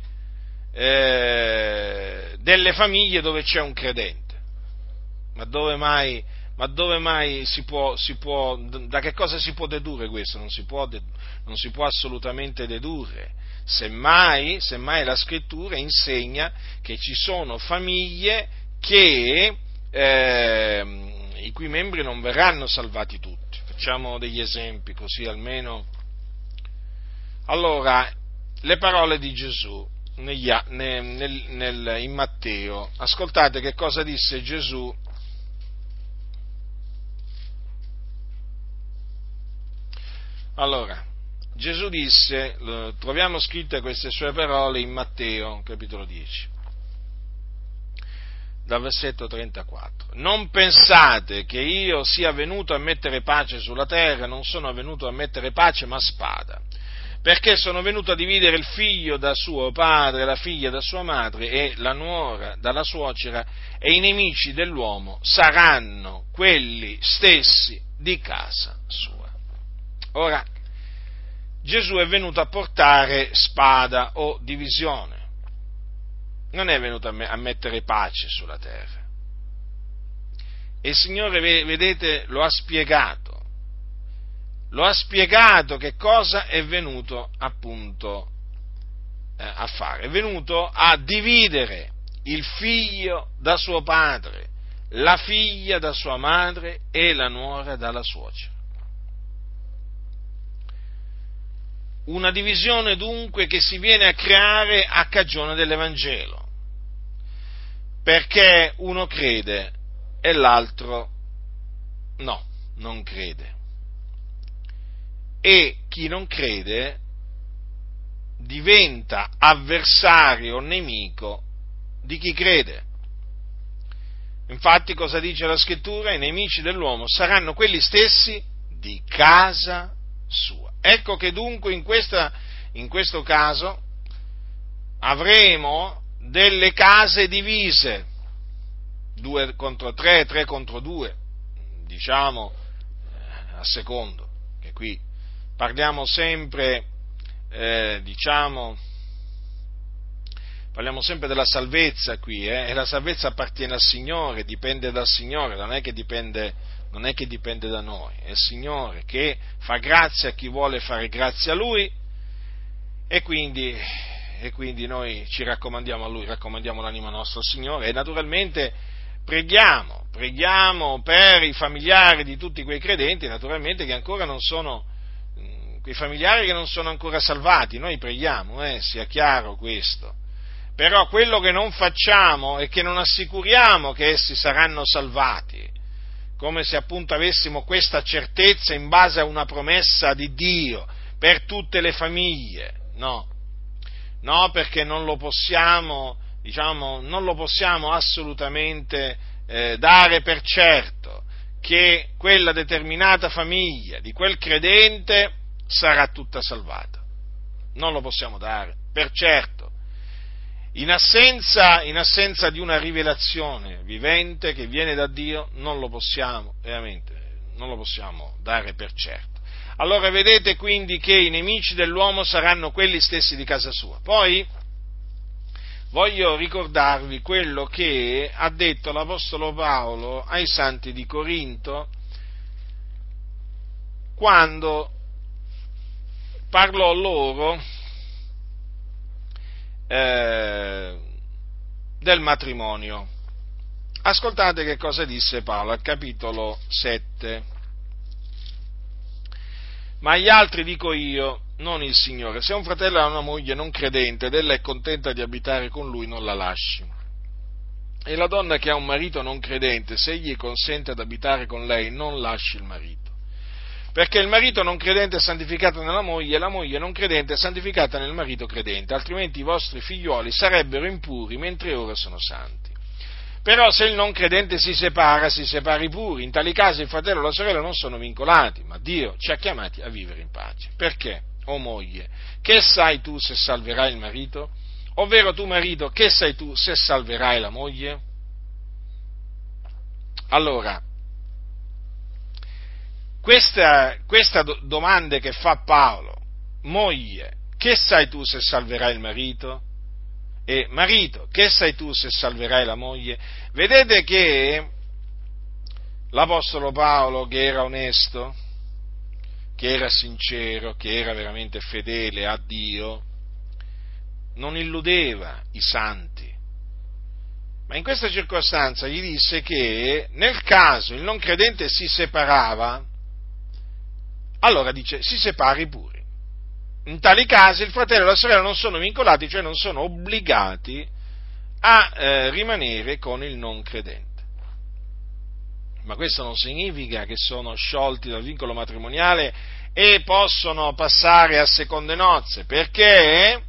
Speaker 1: eh, delle famiglie dove c'è un credente. Ma dove mai, ma dove mai si può, si può, da che cosa si può dedurre questo? Non si può, non si può assolutamente dedurre. Semmai, semmai la Scrittura insegna che ci sono famiglie che, eh, i cui membri non verranno salvati tutti. Facciamo degli esempi così almeno. Allora, le parole di Gesù negli, nel, nel, in Matteo, ascoltate che cosa disse Gesù. Allora, Gesù disse, troviamo scritte queste sue parole in Matteo, capitolo dieci, dal versetto trentaquattro. Non pensate che io sia venuto a mettere pace sulla terra, non sono venuto a mettere pace ma spada, perché sono venuto a dividere il figlio da suo padre, la figlia da sua madre e la nuora dalla suocera, e i nemici dell'uomo saranno quelli stessi di casa sua. Ora, Gesù è venuto a portare spada o divisione, non è venuto a, me- a mettere pace sulla terra. E il Signore, vedete, lo ha spiegato, lo ha spiegato che cosa è venuto appunto eh, a fare. È venuto a dividere il figlio da suo padre, la figlia da sua madre e la nuora dalla suocera. Una divisione dunque che si viene a creare a cagione dell'Evangelo, perché uno crede e l'altro no, non crede. E chi non crede diventa avversario o nemico di chi crede. Infatti cosa dice la Scrittura? I nemici dell'uomo saranno quelli stessi di casa sua. Ecco che dunque in, questa, in questo caso avremo delle case divise, due contro tre, tre contro due, diciamo a secondo, che qui parliamo sempre, eh, diciamo, parliamo sempre della salvezza qui, eh, e la salvezza appartiene al Signore, dipende dal Signore, non è che dipende Non è che dipende da noi, è il Signore che fa grazia a chi vuole fare grazia a Lui, e quindi, e quindi noi ci raccomandiamo a Lui, raccomandiamo l'anima nostra al Signore, e naturalmente preghiamo, preghiamo per i familiari di tutti quei credenti, naturalmente che ancora non sono, quei familiari che non sono ancora salvati, noi preghiamo, eh, sia chiaro questo. Però quello che non facciamo è che non assicuriamo che essi saranno salvati, come se appunto avessimo questa certezza in base a una promessa di Dio per tutte le famiglie. No, no, perché non lo possiamo, diciamo, non lo possiamo assolutamente eh, dare per certo che quella determinata famiglia di quel credente sarà tutta salvata. Non lo possiamo dare per certo. In assenza, in assenza di una rivelazione vivente che viene da Dio, non lo possiamo, veramente, non lo possiamo dare per certo. Allora vedete quindi che i nemici dell'uomo saranno quelli stessi di casa sua. Poi voglio ricordarvi quello che ha detto l'Apostolo Paolo ai santi di Corinto quando parlò loro Eh, del matrimonio. Ascoltate che cosa disse Paolo al capitolo sette. Ma agli altri dico io, non il Signore, se un fratello ha una moglie non credente ed ella è contenta di abitare con lui, non la lasci. E la donna che ha un marito non credente, se egli consente ad abitare con lei, non lasci il marito. Perché il marito non credente è santificato nella moglie e la moglie non credente è santificata nel marito credente, altrimenti i vostri figlioli sarebbero impuri mentre ora sono santi. Però se il non credente si separa, si separi puri, in tali casi il fratello e la sorella non sono vincolati, ma Dio ci ha chiamati a vivere in pace. Perché? o moglie, che sai tu se salverai il marito? Ovvero tu marito, che sai tu se salverai la moglie? Allora, questa, questa do- domanda che fa Paolo, moglie, che sai tu se salverai il marito? E marito, che sai tu se salverai la moglie? Vedete che l'Apostolo Paolo, che era onesto, che era sincero, che era veramente fedele a Dio, non illudeva i santi, ma in questa circostanza gli disse che nel caso il non credente si separava, allora dice si separi pure. In tali casi il fratello e la sorella non sono vincolati, cioè non sono obbligati a eh, rimanere con il non credente. Ma questo non significa che sono sciolti dal vincolo matrimoniale e possono passare a seconde nozze, perché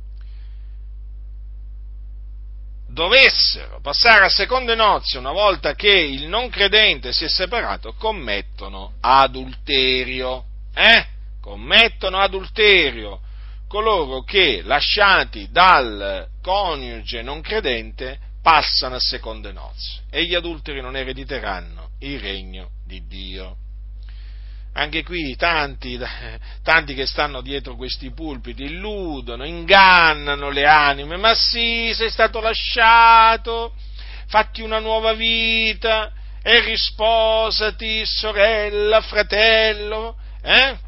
Speaker 1: dovessero passare a seconde nozze una volta che il non credente si è separato, commettono adulterio, eh? Commettono adulterio coloro che, lasciati dal coniuge non credente, passano a seconde nozze, e gli adulteri non erediteranno il regno di Dio. Anche qui tanti, tanti che stanno dietro questi pulpiti illudono, ingannano le anime, ma sì, sei stato lasciato, fatti una nuova vita e risposati, sorella, fratello, eh?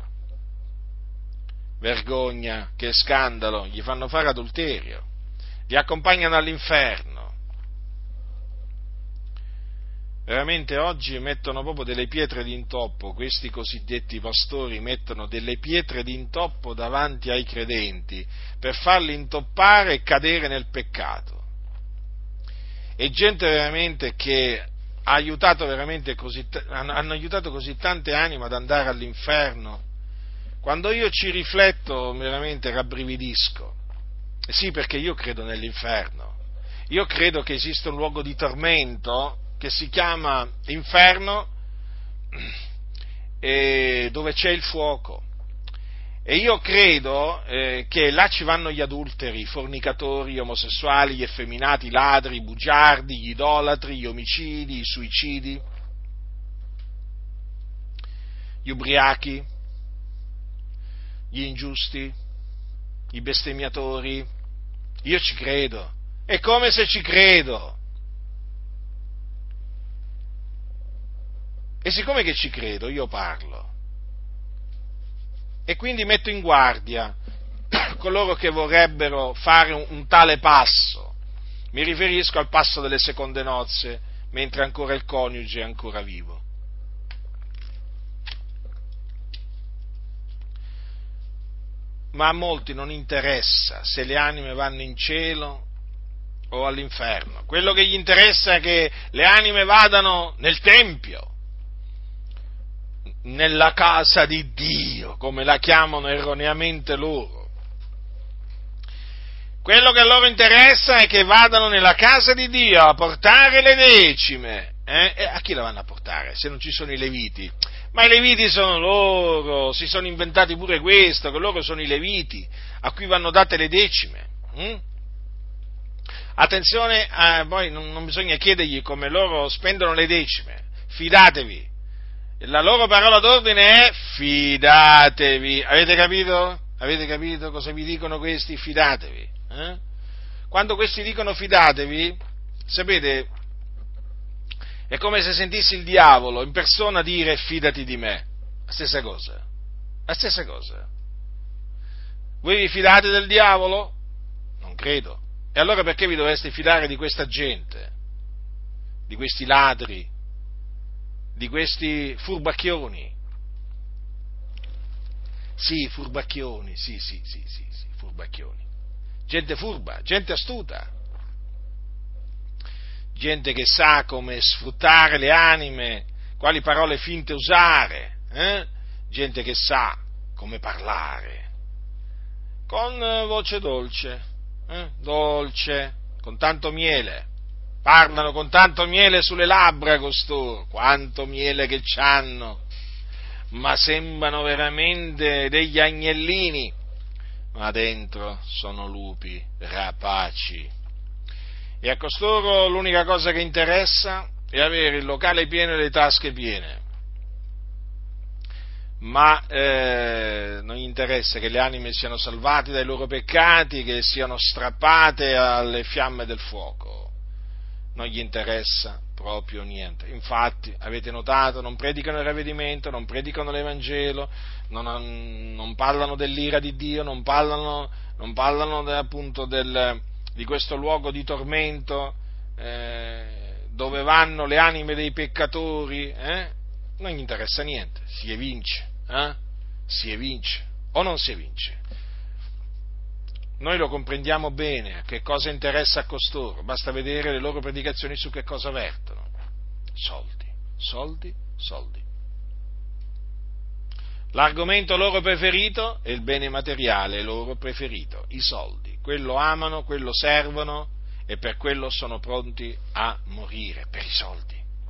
Speaker 1: Vergogna, che scandalo, gli fanno fare adulterio, li accompagnano all'inferno. Veramente oggi mettono proprio delle pietre d'intoppo, questi cosiddetti pastori mettono delle pietre d'intoppo davanti ai credenti per farli intoppare e cadere nel peccato. E gente veramente che ha aiutato veramente così, hanno aiutato così tante anime ad andare all'inferno. Quando io ci rifletto veramente rabbrividisco. Sì, perché io credo nell'inferno. Io credo che esista un luogo di tormento che si chiama inferno, e dove c'è il fuoco, e io credo eh, che là ci vanno gli adulteri, i fornicatori, gli omosessuali, gli effeminati, i ladri, i bugiardi, gli idolatri, gli omicidi, i suicidi, gli ubriachi, gli ingiusti, i bestemmiatori. Io ci credo, è come se ci credo. E siccome che ci credo, io parlo. E quindi metto in guardia coloro che vorrebbero fare un, un tale passo. Mi riferisco al passo delle seconde nozze, mentre ancora il coniuge è ancora vivo. Ma a molti non interessa se le anime vanno in cielo o all'inferno. Quello che gli interessa è che le anime vadano nel Tempio, nella casa di Dio, come la chiamano erroneamente loro. Quello che a loro interessa è che vadano nella casa di Dio a portare le decime. Eh? E a chi la vanno a portare se non ci sono i Leviti? Ma i Leviti sono loro, si sono inventati pure questo, che loro sono i Leviti a cui vanno date le decime. Hm? Attenzione, eh, poi non, non bisogna chiedergli come loro spendono le decime, fidatevi. La loro parola d'ordine è fidatevi. Avete capito? Avete capito cosa vi dicono questi? Fidatevi. Eh? Quando questi dicono fidatevi, sapete, è come se sentissi il diavolo in persona dire fidati di me. La stessa cosa. La stessa cosa. Voi vi fidate del diavolo? Non credo. E allora perché vi dovreste fidare di questa gente? Di questi ladri? Di questi furbacchioni? Sì, furbacchioni, sì, sì, sì, sì, sì, furbacchioni. Gente furba, gente astuta, gente che sa come sfruttare le anime, quali parole finte usare, eh? Gente che sa come parlare, con voce dolce, eh? dolce, con tanto miele. Parlano con tanto miele sulle labbra costoro, quanto miele che c'hanno, ma sembrano veramente degli agnellini, ma dentro sono lupi rapaci. E a costoro l'unica cosa che interessa è avere il locale pieno e le tasche piene, ma eh, non gli interessa che le anime siano salvate dai loro peccati, che siano strappate alle fiamme del fuoco, non gli interessa proprio niente. Infatti, avete notato, non predicano il ravvedimento, non predicano l'Evangelo, non, non parlano dell'ira di Dio, non parlano, non parlano appunto del, di questo luogo di tormento eh, dove vanno le anime dei peccatori, eh? Non gli interessa niente, si evince, eh? si evince o non si evince. Noi lo comprendiamo bene, che cosa interessa a costoro, basta vedere le loro predicazioni su che cosa vertono. Soldi, soldi, soldi. L'argomento loro preferito è il bene materiale loro preferito, i soldi. Quello amano, quello servono e per quello sono pronti a morire, per i soldi.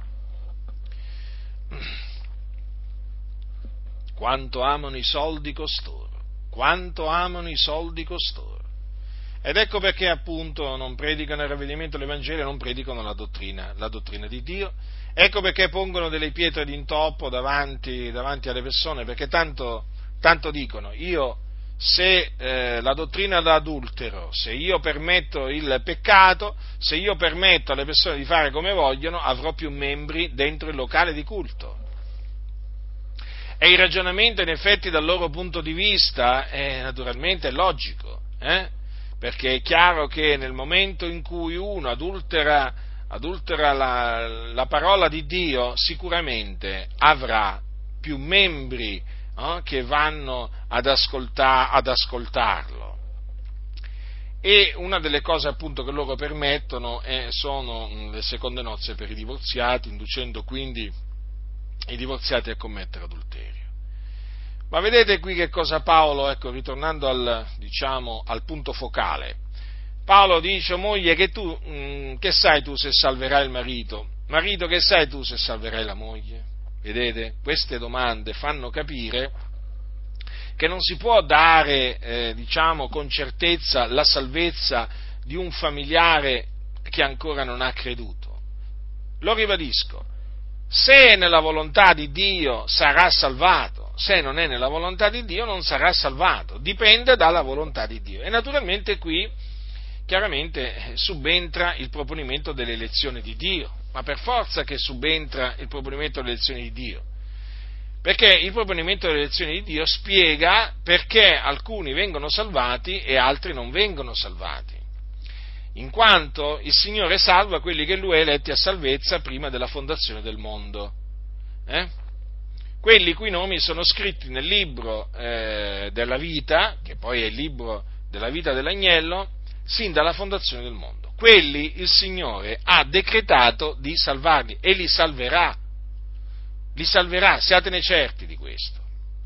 Speaker 1: Quanto amano i soldi costoro, quanto amano i soldi costoro. Ed ecco perché appunto non predicano il ravvedimento dell'Evangelo, non predicano la dottrina, la dottrina di Dio. Ecco perché pongono delle pietre d'intoppo davanti, davanti alle persone, perché tanto, tanto dicono, io se eh, la dottrina dell'adultero, se io permetto il peccato, se io permetto alle persone di fare come vogliono, avrò più membri dentro il locale di culto. E il ragionamento, in effetti, dal loro punto di vista, è naturalmente logico, eh? Perché è chiaro che nel momento in cui uno adultera, adultera la, la parola di Dio, sicuramente avrà più membri eh, che vanno ad, ascolta, ad ascoltarlo. E una delle cose appunto che loro permettono è, sono le seconde nozze per i divorziati, inducendo quindi i divorziati a commettere adulterio. Ma vedete qui che cosa Paolo, ecco, ritornando al, diciamo, al punto focale, Paolo dice: moglie, che tu, mh, che sai tu se salverai il marito? Marito, che sai tu se salverai la moglie? Vedete? Queste domande fanno capire che non si può dare, eh, diciamo, con certezza la salvezza di un familiare che ancora non ha creduto. Lo ribadisco. Se è nella volontà di Dio sarà salvato, se non è nella volontà di Dio non sarà salvato, dipende dalla volontà di Dio. E naturalmente qui chiaramente subentra il proponimento dell'elezione di Dio, ma per forza che subentra il proponimento dell'elezione di Dio, perché il proponimento dell'elezione di Dio spiega perché alcuni vengono salvati e altri non vengono salvati. In quanto il Signore salva quelli che Lui ha eletti a salvezza prima della fondazione del mondo. Eh? Quelli i cui nomi sono scritti nel libro eh, della vita, che poi è il libro della vita dell'agnello, sin dalla fondazione del mondo. Quelli il Signore ha decretato di salvarli e li salverà. Li salverà, siatene certi di questo.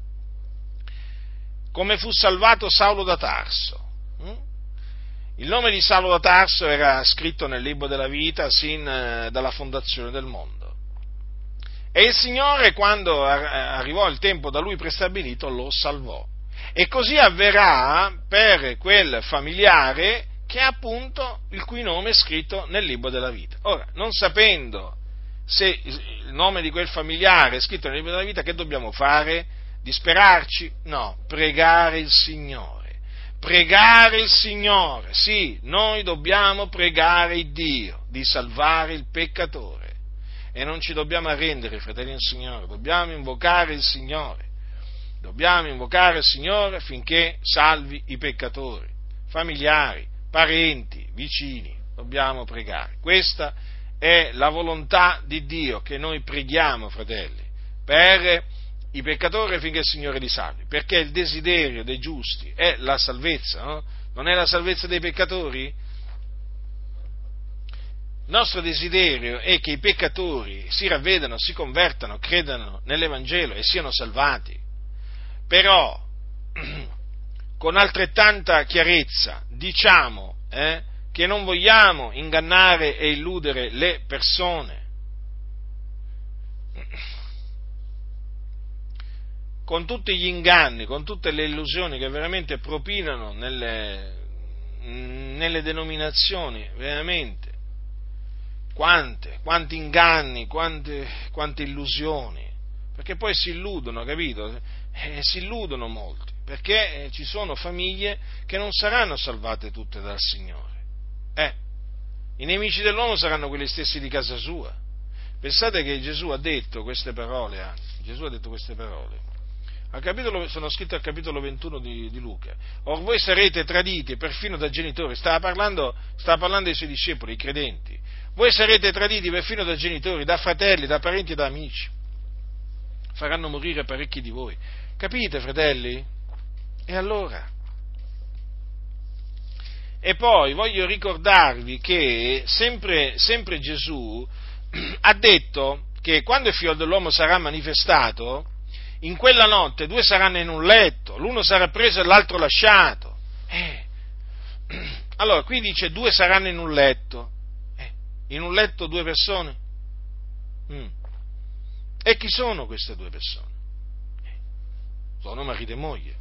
Speaker 1: Come fu salvato Saulo da Tarso. Hm? Il nome di Saulo da Tarso era scritto nel libro della vita sin dalla fondazione del mondo. E il Signore, quando arrivò il tempo da Lui prestabilito, lo salvò. E così avverrà per quel familiare che ha appunto il cui nome è scritto nel libro della vita. Ora, non sapendo se il nome di quel familiare è scritto nel libro della vita, che dobbiamo fare? Disperarci? No, pregare il Signore. Pregare il Signore, sì, noi dobbiamo pregare il Dio di salvare il peccatore e non ci dobbiamo arrendere, fratelli del Signore, dobbiamo invocare il Signore, dobbiamo invocare il Signore finché salvi i peccatori, familiari, parenti, vicini, dobbiamo pregare. Questa è la volontà di Dio, che noi preghiamo, fratelli, per i peccatori affinché il Signore li salvi, perché il desiderio dei giusti è la salvezza, no? Non è la salvezza dei peccatori? Il nostro desiderio è che i peccatori si ravvedano, si convertano, credano nell'Evangelo e siano salvati. Però, con altrettanta chiarezza, diciamo eh, che non vogliamo ingannare e illudere le persone. con tutti gli inganni, con tutte le illusioni che veramente propinano nelle, nelle denominazioni, veramente. Quante, quanti inganni, quante, quante illusioni, perché poi si illudono, capito? Eh, si illudono molti, perché eh, ci sono famiglie che non saranno salvate tutte dal Signore. Eh, i nemici dell'uomo saranno quelli stessi di casa sua. Pensate che Gesù ha detto queste parole, anche. Gesù ha detto queste parole. Al capitolo, sono scritte al capitolo ventuno di, di Luca. Or voi sarete traditi perfino da genitori. Stava parlando, stava parlando dei suoi discepoli, i credenti. Voi sarete traditi perfino da genitori, da fratelli, da parenti e da amici. Faranno morire parecchi di voi. Capite, fratelli? E allora? E poi voglio ricordarvi che sempre, sempre Gesù ha detto che quando il Figlio dell'uomo sarà manifestato, in quella notte due saranno in un letto, l'uno sarà preso e l'altro lasciato. Eh. Allora, qui dice due saranno in un letto. Eh. In un letto due persone? Mm. E chi sono queste due persone? Eh. Sono marito e moglie.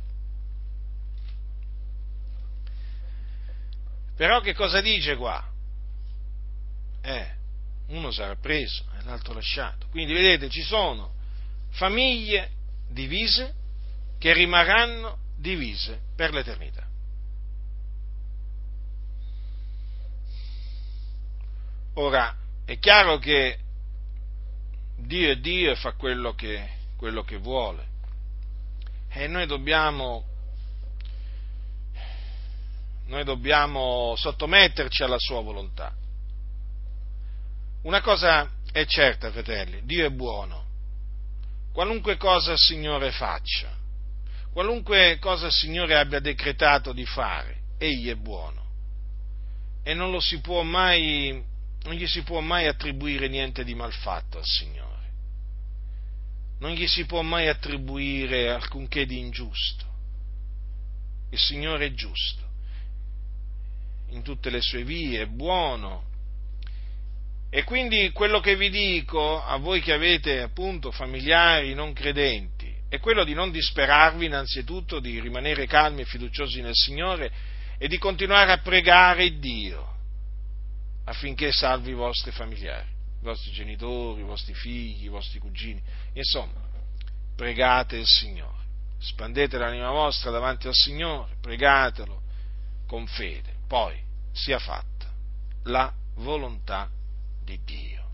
Speaker 1: Però che cosa dice qua? Eh, uno sarà preso e l'altro lasciato. Quindi vedete, ci sono famiglie divise che rimarranno divise per l'eternità. Ora, è chiaro che Dio è Dio e fa quello che, quello che vuole. E noi dobbiamo, noi dobbiamo sottometterci alla sua volontà. Una cosa è certa, fratelli, Dio è buono. Qualunque cosa il Signore faccia, qualunque cosa il Signore abbia decretato di fare, Egli è buono. E non lo si può mai, non gli si può mai attribuire niente di malfatto al Signore. Non gli si può mai attribuire alcunché di ingiusto. Il Signore è giusto. In tutte le sue vie è buono. E quindi quello che vi dico a voi che avete appunto familiari non credenti è quello di non disperarvi innanzitutto, di rimanere calmi e fiduciosi nel Signore e di continuare a pregare Dio affinché salvi i vostri familiari, i vostri genitori, i vostri figli, i vostri cugini. Insomma, pregate il Signore, spandete l'anima vostra davanti al Signore, pregatelo con fede, poi sia fatta la volontà di Dio.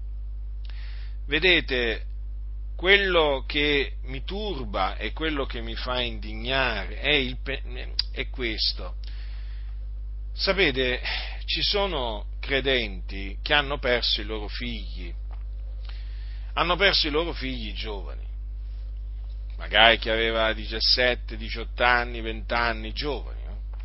Speaker 1: Vedete, quello che mi turba e quello che mi fa indignare è, il, è questo. Sapete, ci sono credenti che hanno perso i loro figli, hanno perso i loro figli giovani, magari che aveva diciassette, diciotto anni, venti anni, giovani.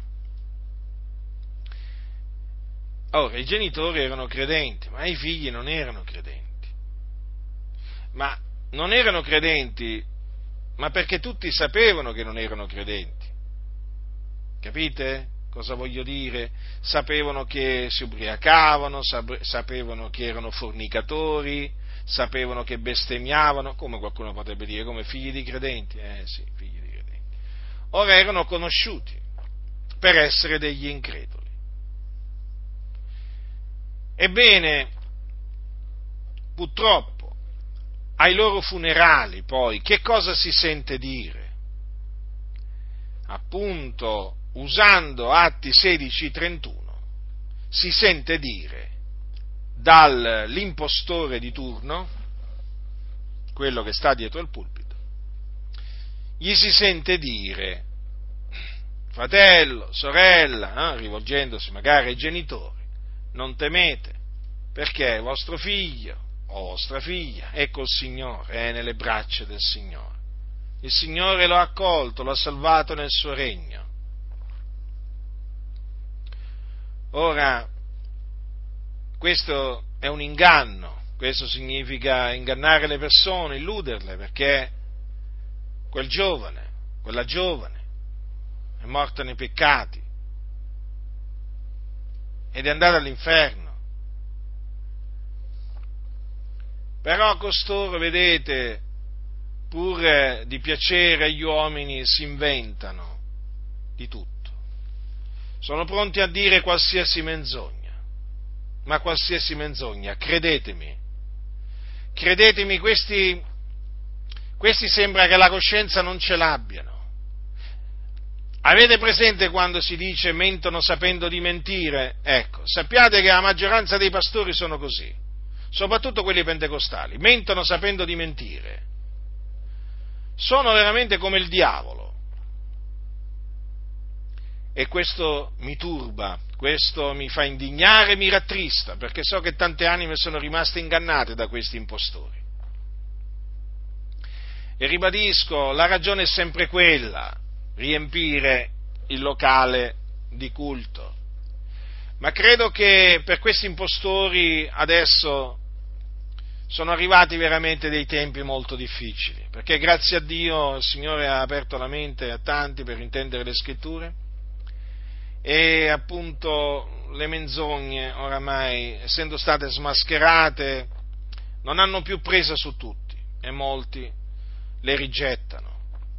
Speaker 1: Ora, i genitori erano credenti, ma i figli non erano credenti. Ma non erano credenti, ma perché tutti sapevano che non erano credenti. Capite cosa voglio dire? Sapevano che si ubriacavano, sapevano che erano fornicatori, sapevano che bestemmiavano, come qualcuno potrebbe dire, come figli di credenti. Eh sì, figli di credenti. Ora erano conosciuti per essere degli increduli. Ebbene, purtroppo, ai loro funerali poi, che cosa si sente dire? Appunto, usando Atti sedici trentuno, si sente dire dall'impostore di turno, quello che sta dietro il pulpito, gli si sente dire, fratello, sorella, eh, rivolgendosi magari ai genitori, non temete, perché vostro figlio o vostra figlia è col Signore, è nelle braccia del Signore. Il Signore lo ha accolto, lo ha salvato nel suo regno. Ora, questo è un inganno, questo significa ingannare le persone, illuderle, perché quel giovane, quella giovane è morta nei peccati ed è andata all'inferno. Però costoro, vedete, pur di piacere agli uomini, si inventano di tutto. Sono pronti a dire qualsiasi menzogna, ma qualsiasi menzogna, credetemi, credetemi, questi, questi sembra che la coscienza non ce l'abbiano. Avete presente quando si dice mentono sapendo di mentire? Ecco, sappiate che la maggioranza dei pastori sono così, soprattutto quelli pentecostali, mentono sapendo di mentire. Sono veramente come il diavolo. E questo mi turba, questo mi fa indignare, mi rattrista, perché so che tante anime sono rimaste ingannate da questi impostori. E ribadisco, la ragione è sempre quella, riempire il locale di culto. Ma credo che per questi impostori adesso sono arrivati veramente dei tempi molto difficili, perché grazie a Dio il Signore ha aperto la mente a tanti per intendere le Scritture, e appunto le menzogne oramai, essendo state smascherate, non hanno più presa su tutti e molti le rigettano.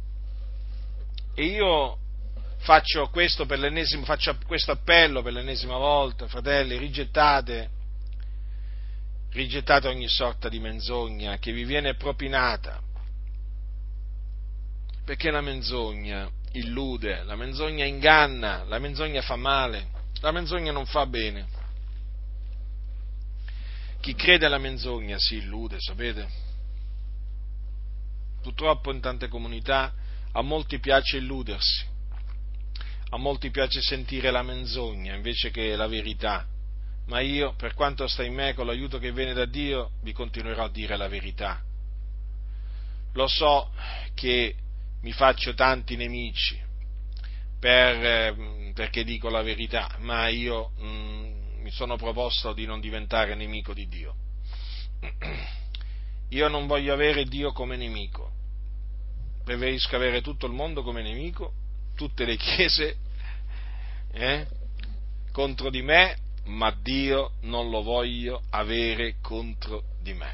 Speaker 1: E io faccio questo per l'ennesimo, faccio questo appello per l'ennesima volta: fratelli, rigettate, rigettate ogni sorta di menzogna che vi viene propinata, perché la menzogna illude, la menzogna inganna, la menzogna fa male, la menzogna non fa bene. Chi crede alla menzogna si illude, sapete? Purtroppo in tante comunità a molti piace illudersi, a molti piace sentire la menzogna invece che la verità, ma io, per quanto sta in me, con l'aiuto che viene da Dio, vi continuerò a dire la verità. Lo so che mi faccio tanti nemici per, perché dico la verità, ma io mh, mi sono proposto di non diventare nemico di Dio. Io non voglio avere Dio come nemico, preferisco avere tutto il mondo come nemico, tutte le chiese eh, contro di me, ma Dio non lo voglio avere contro di me,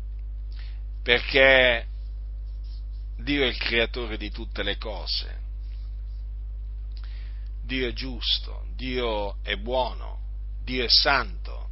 Speaker 1: perché Dio è il creatore di tutte le cose, Dio è giusto, Dio è buono, Dio è santo,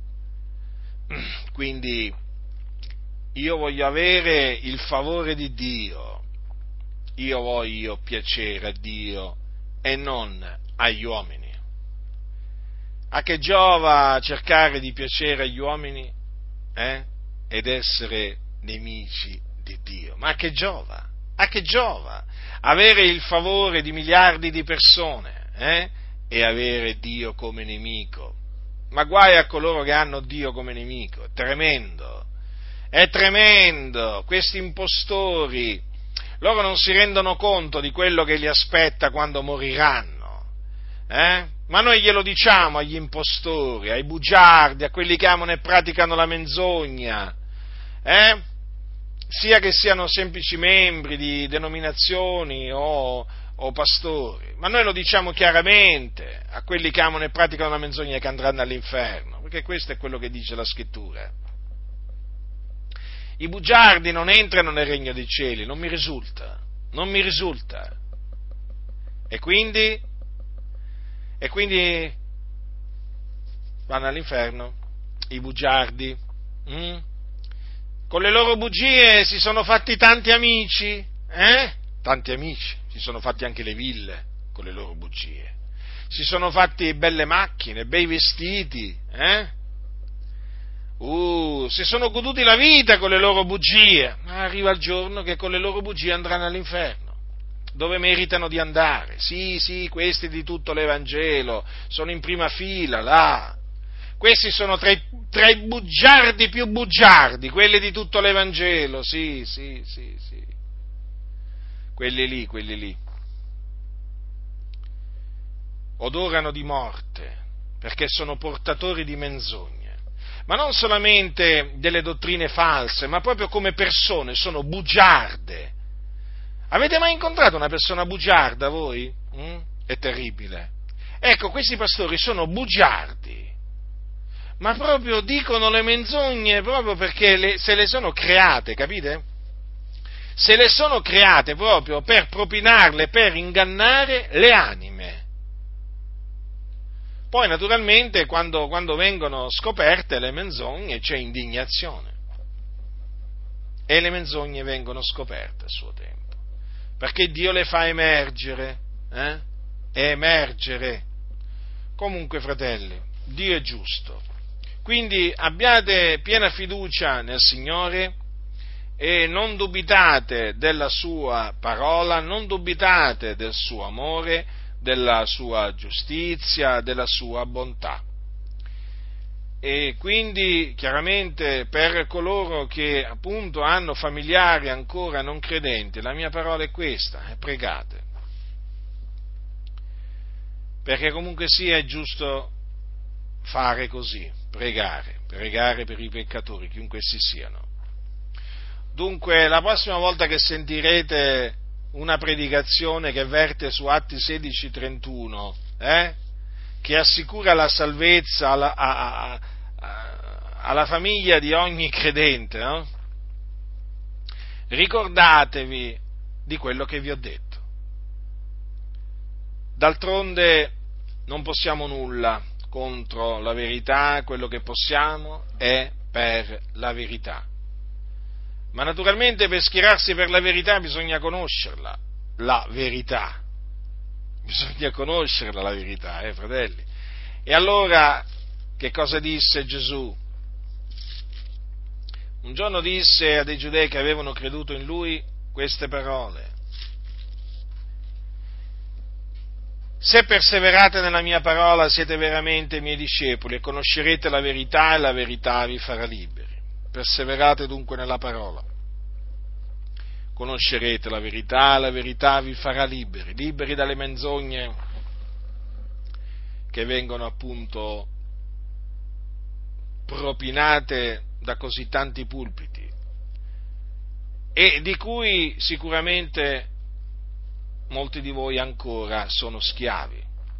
Speaker 1: quindi io voglio avere il favore di Dio, io voglio piacere a Dio e non agli uomini. A che giova cercare di piacere agli uomini eh? ed essere nemici di Dio? Ma a che giova? A che giova avere il favore di miliardi di persone eh? e avere Dio come nemico? Ma guai a coloro che hanno Dio come nemico, è tremendo, è tremendo, questi impostori, loro non si rendono conto di quello che li aspetta quando moriranno, eh? Ma noi glielo diciamo agli impostori, ai bugiardi, a quelli che amano e praticano la menzogna, eh? sia che siano semplici membri di denominazioni o, o pastori, ma noi lo diciamo chiaramente a quelli che amano e praticano la menzogna che andranno all'inferno, perché questo è quello che dice la Scrittura. I bugiardi non entrano nel regno dei cieli, non mi risulta, non mi risulta. E quindi, e quindi vanno all'inferno i bugiardi. Mm? Con le loro bugie si sono fatti tanti amici, eh? Tanti amici, si sono fatti anche le ville con le loro bugie. Si sono fatti belle macchine, bei vestiti, eh? Uh, si sono goduti la vita con le loro bugie, ma arriva il giorno che con le loro bugie andranno all'inferno, dove meritano di andare. Sì, sì, questi di tutto l'Evangelo sono in prima fila, là. Questi sono tra i, tra i bugiardi più bugiardi, quelli di tutto l'Evangelo, sì, sì, sì, sì. Quelli lì, quelli lì. Odorano di morte, perché sono portatori di menzogne. Ma non solamente delle dottrine false, ma proprio come persone, sono bugiarde. Avete mai incontrato una persona bugiarda voi? Mm? È terribile. Ecco, questi pastori sono bugiardi, ma proprio dicono le menzogne proprio perché le, se le sono create, capite? se le sono create proprio per propinarle, per ingannare le anime. Poi naturalmente quando, quando vengono scoperte le menzogne c'è indignazione, e le menzogne vengono scoperte a suo tempo, perché Dio le fa emergere, eh? emergere. Comunque, fratelli, Dio è giusto, quindi abbiate piena fiducia nel Signore e non dubitate della sua parola, non dubitate del suo amore, della sua giustizia, della sua bontà. E quindi, chiaramente, per coloro che appunto hanno familiari ancora non credenti, la mia parola è questa: eh, pregate. Perché comunque sia è giusto fare così, pregare, pregare per i peccatori, chiunque essi siano. Dunque, la prossima volta che sentirete una predicazione che verte su Atti sedici trentuno, eh, che assicura la salvezza alla, a, a, a, alla famiglia di ogni credente, no? Ricordatevi di quello che vi ho detto. D'altronde non possiamo nulla contro la verità, quello che possiamo è per la verità. Ma naturalmente per schierarsi per la verità bisogna conoscerla, la verità. Bisogna conoscerla la verità, eh, fratelli. E allora, che cosa disse Gesù? Un giorno disse a dei giudei che avevano creduto in lui queste parole: se perseverate nella mia parola siete veramente miei discepoli e conoscerete la verità e la verità vi farà liberi. Perseverate dunque nella parola. Conoscerete la verità, la verità vi farà liberi, liberi dalle menzogne che vengono appunto propinate da così tanti pulpiti e di cui sicuramente molti di voi ancora sono schiavi.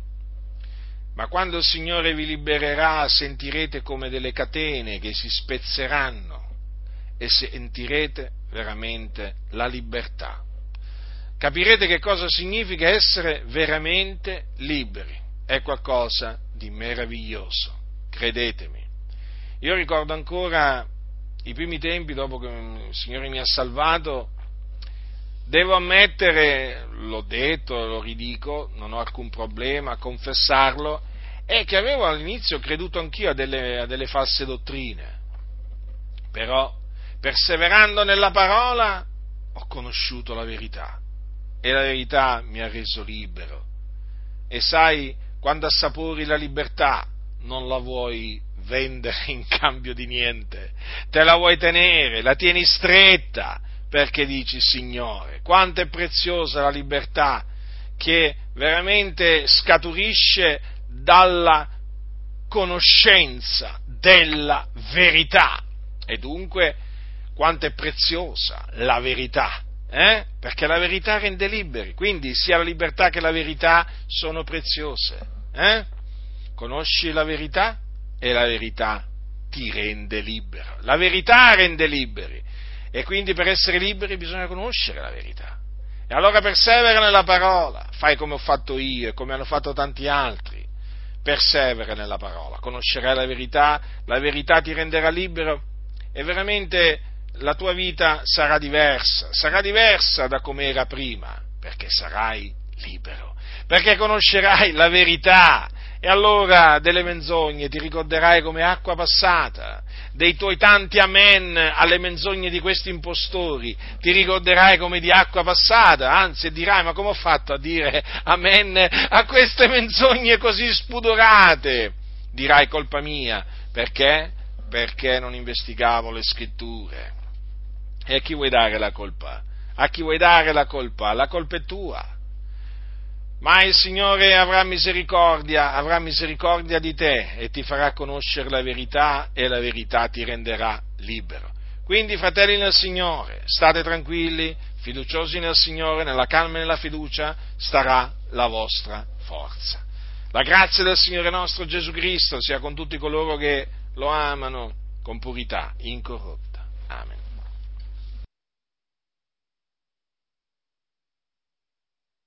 Speaker 1: Ma quando il Signore vi libererà sentirete come delle catene che si spezzeranno e sentirete veramente la libertà. Capirete che cosa significa essere veramente liberi. È qualcosa di meraviglioso, credetemi. Io ricordo ancora i primi tempi, dopo che il Signore mi ha salvato, devo ammettere, l'ho detto, lo ridico, non ho alcun problema a confessarlo, è che avevo all'inizio creduto anch'io a delle, a delle false dottrine, però perseverando nella parola ho conosciuto la verità e la verità mi ha reso libero. E sai, quando assapori la libertà non la vuoi vendere in cambio di niente, te la vuoi tenere, la tieni stretta, perché dici: Signore, quanto è preziosa la libertà che veramente scaturisce dalla conoscenza della verità, e dunque quanto è preziosa la verità, eh? Perché la verità rende liberi, quindi sia la libertà che la verità sono preziose, eh? Conosci la verità e la verità ti rende libero, la verità rende liberi, e quindi per essere liberi bisogna conoscere la verità. E allora persevera nella parola, fai come ho fatto io e come hanno fatto tanti altri, persevera nella parola, conoscerai la verità, la verità ti renderà libero e veramente la tua vita sarà diversa, sarà diversa da come era prima, perché sarai libero, perché conoscerai la verità. E allora delle menzogne ti ricorderai come acqua passata, dei tuoi tanti amen alle menzogne di questi impostori ti ricorderai come di acqua passata, anzi dirai: ma come ho fatto a dire amen a queste menzogne così spudorate? Dirai: colpa mia, perché? Perché non investigavo le scritture. E a chi vuoi dare la colpa? A chi vuoi dare la colpa? La colpa è tua. Ma il Signore avrà misericordia, avrà misericordia di te e ti farà conoscere la verità e la verità ti renderà libero. Quindi, fratelli nel Signore, state tranquilli, fiduciosi nel Signore, nella calma e nella fiducia starà la vostra forza. La grazia del Signore nostro Gesù Cristo sia con tutti coloro che lo amano con purità incorrotta.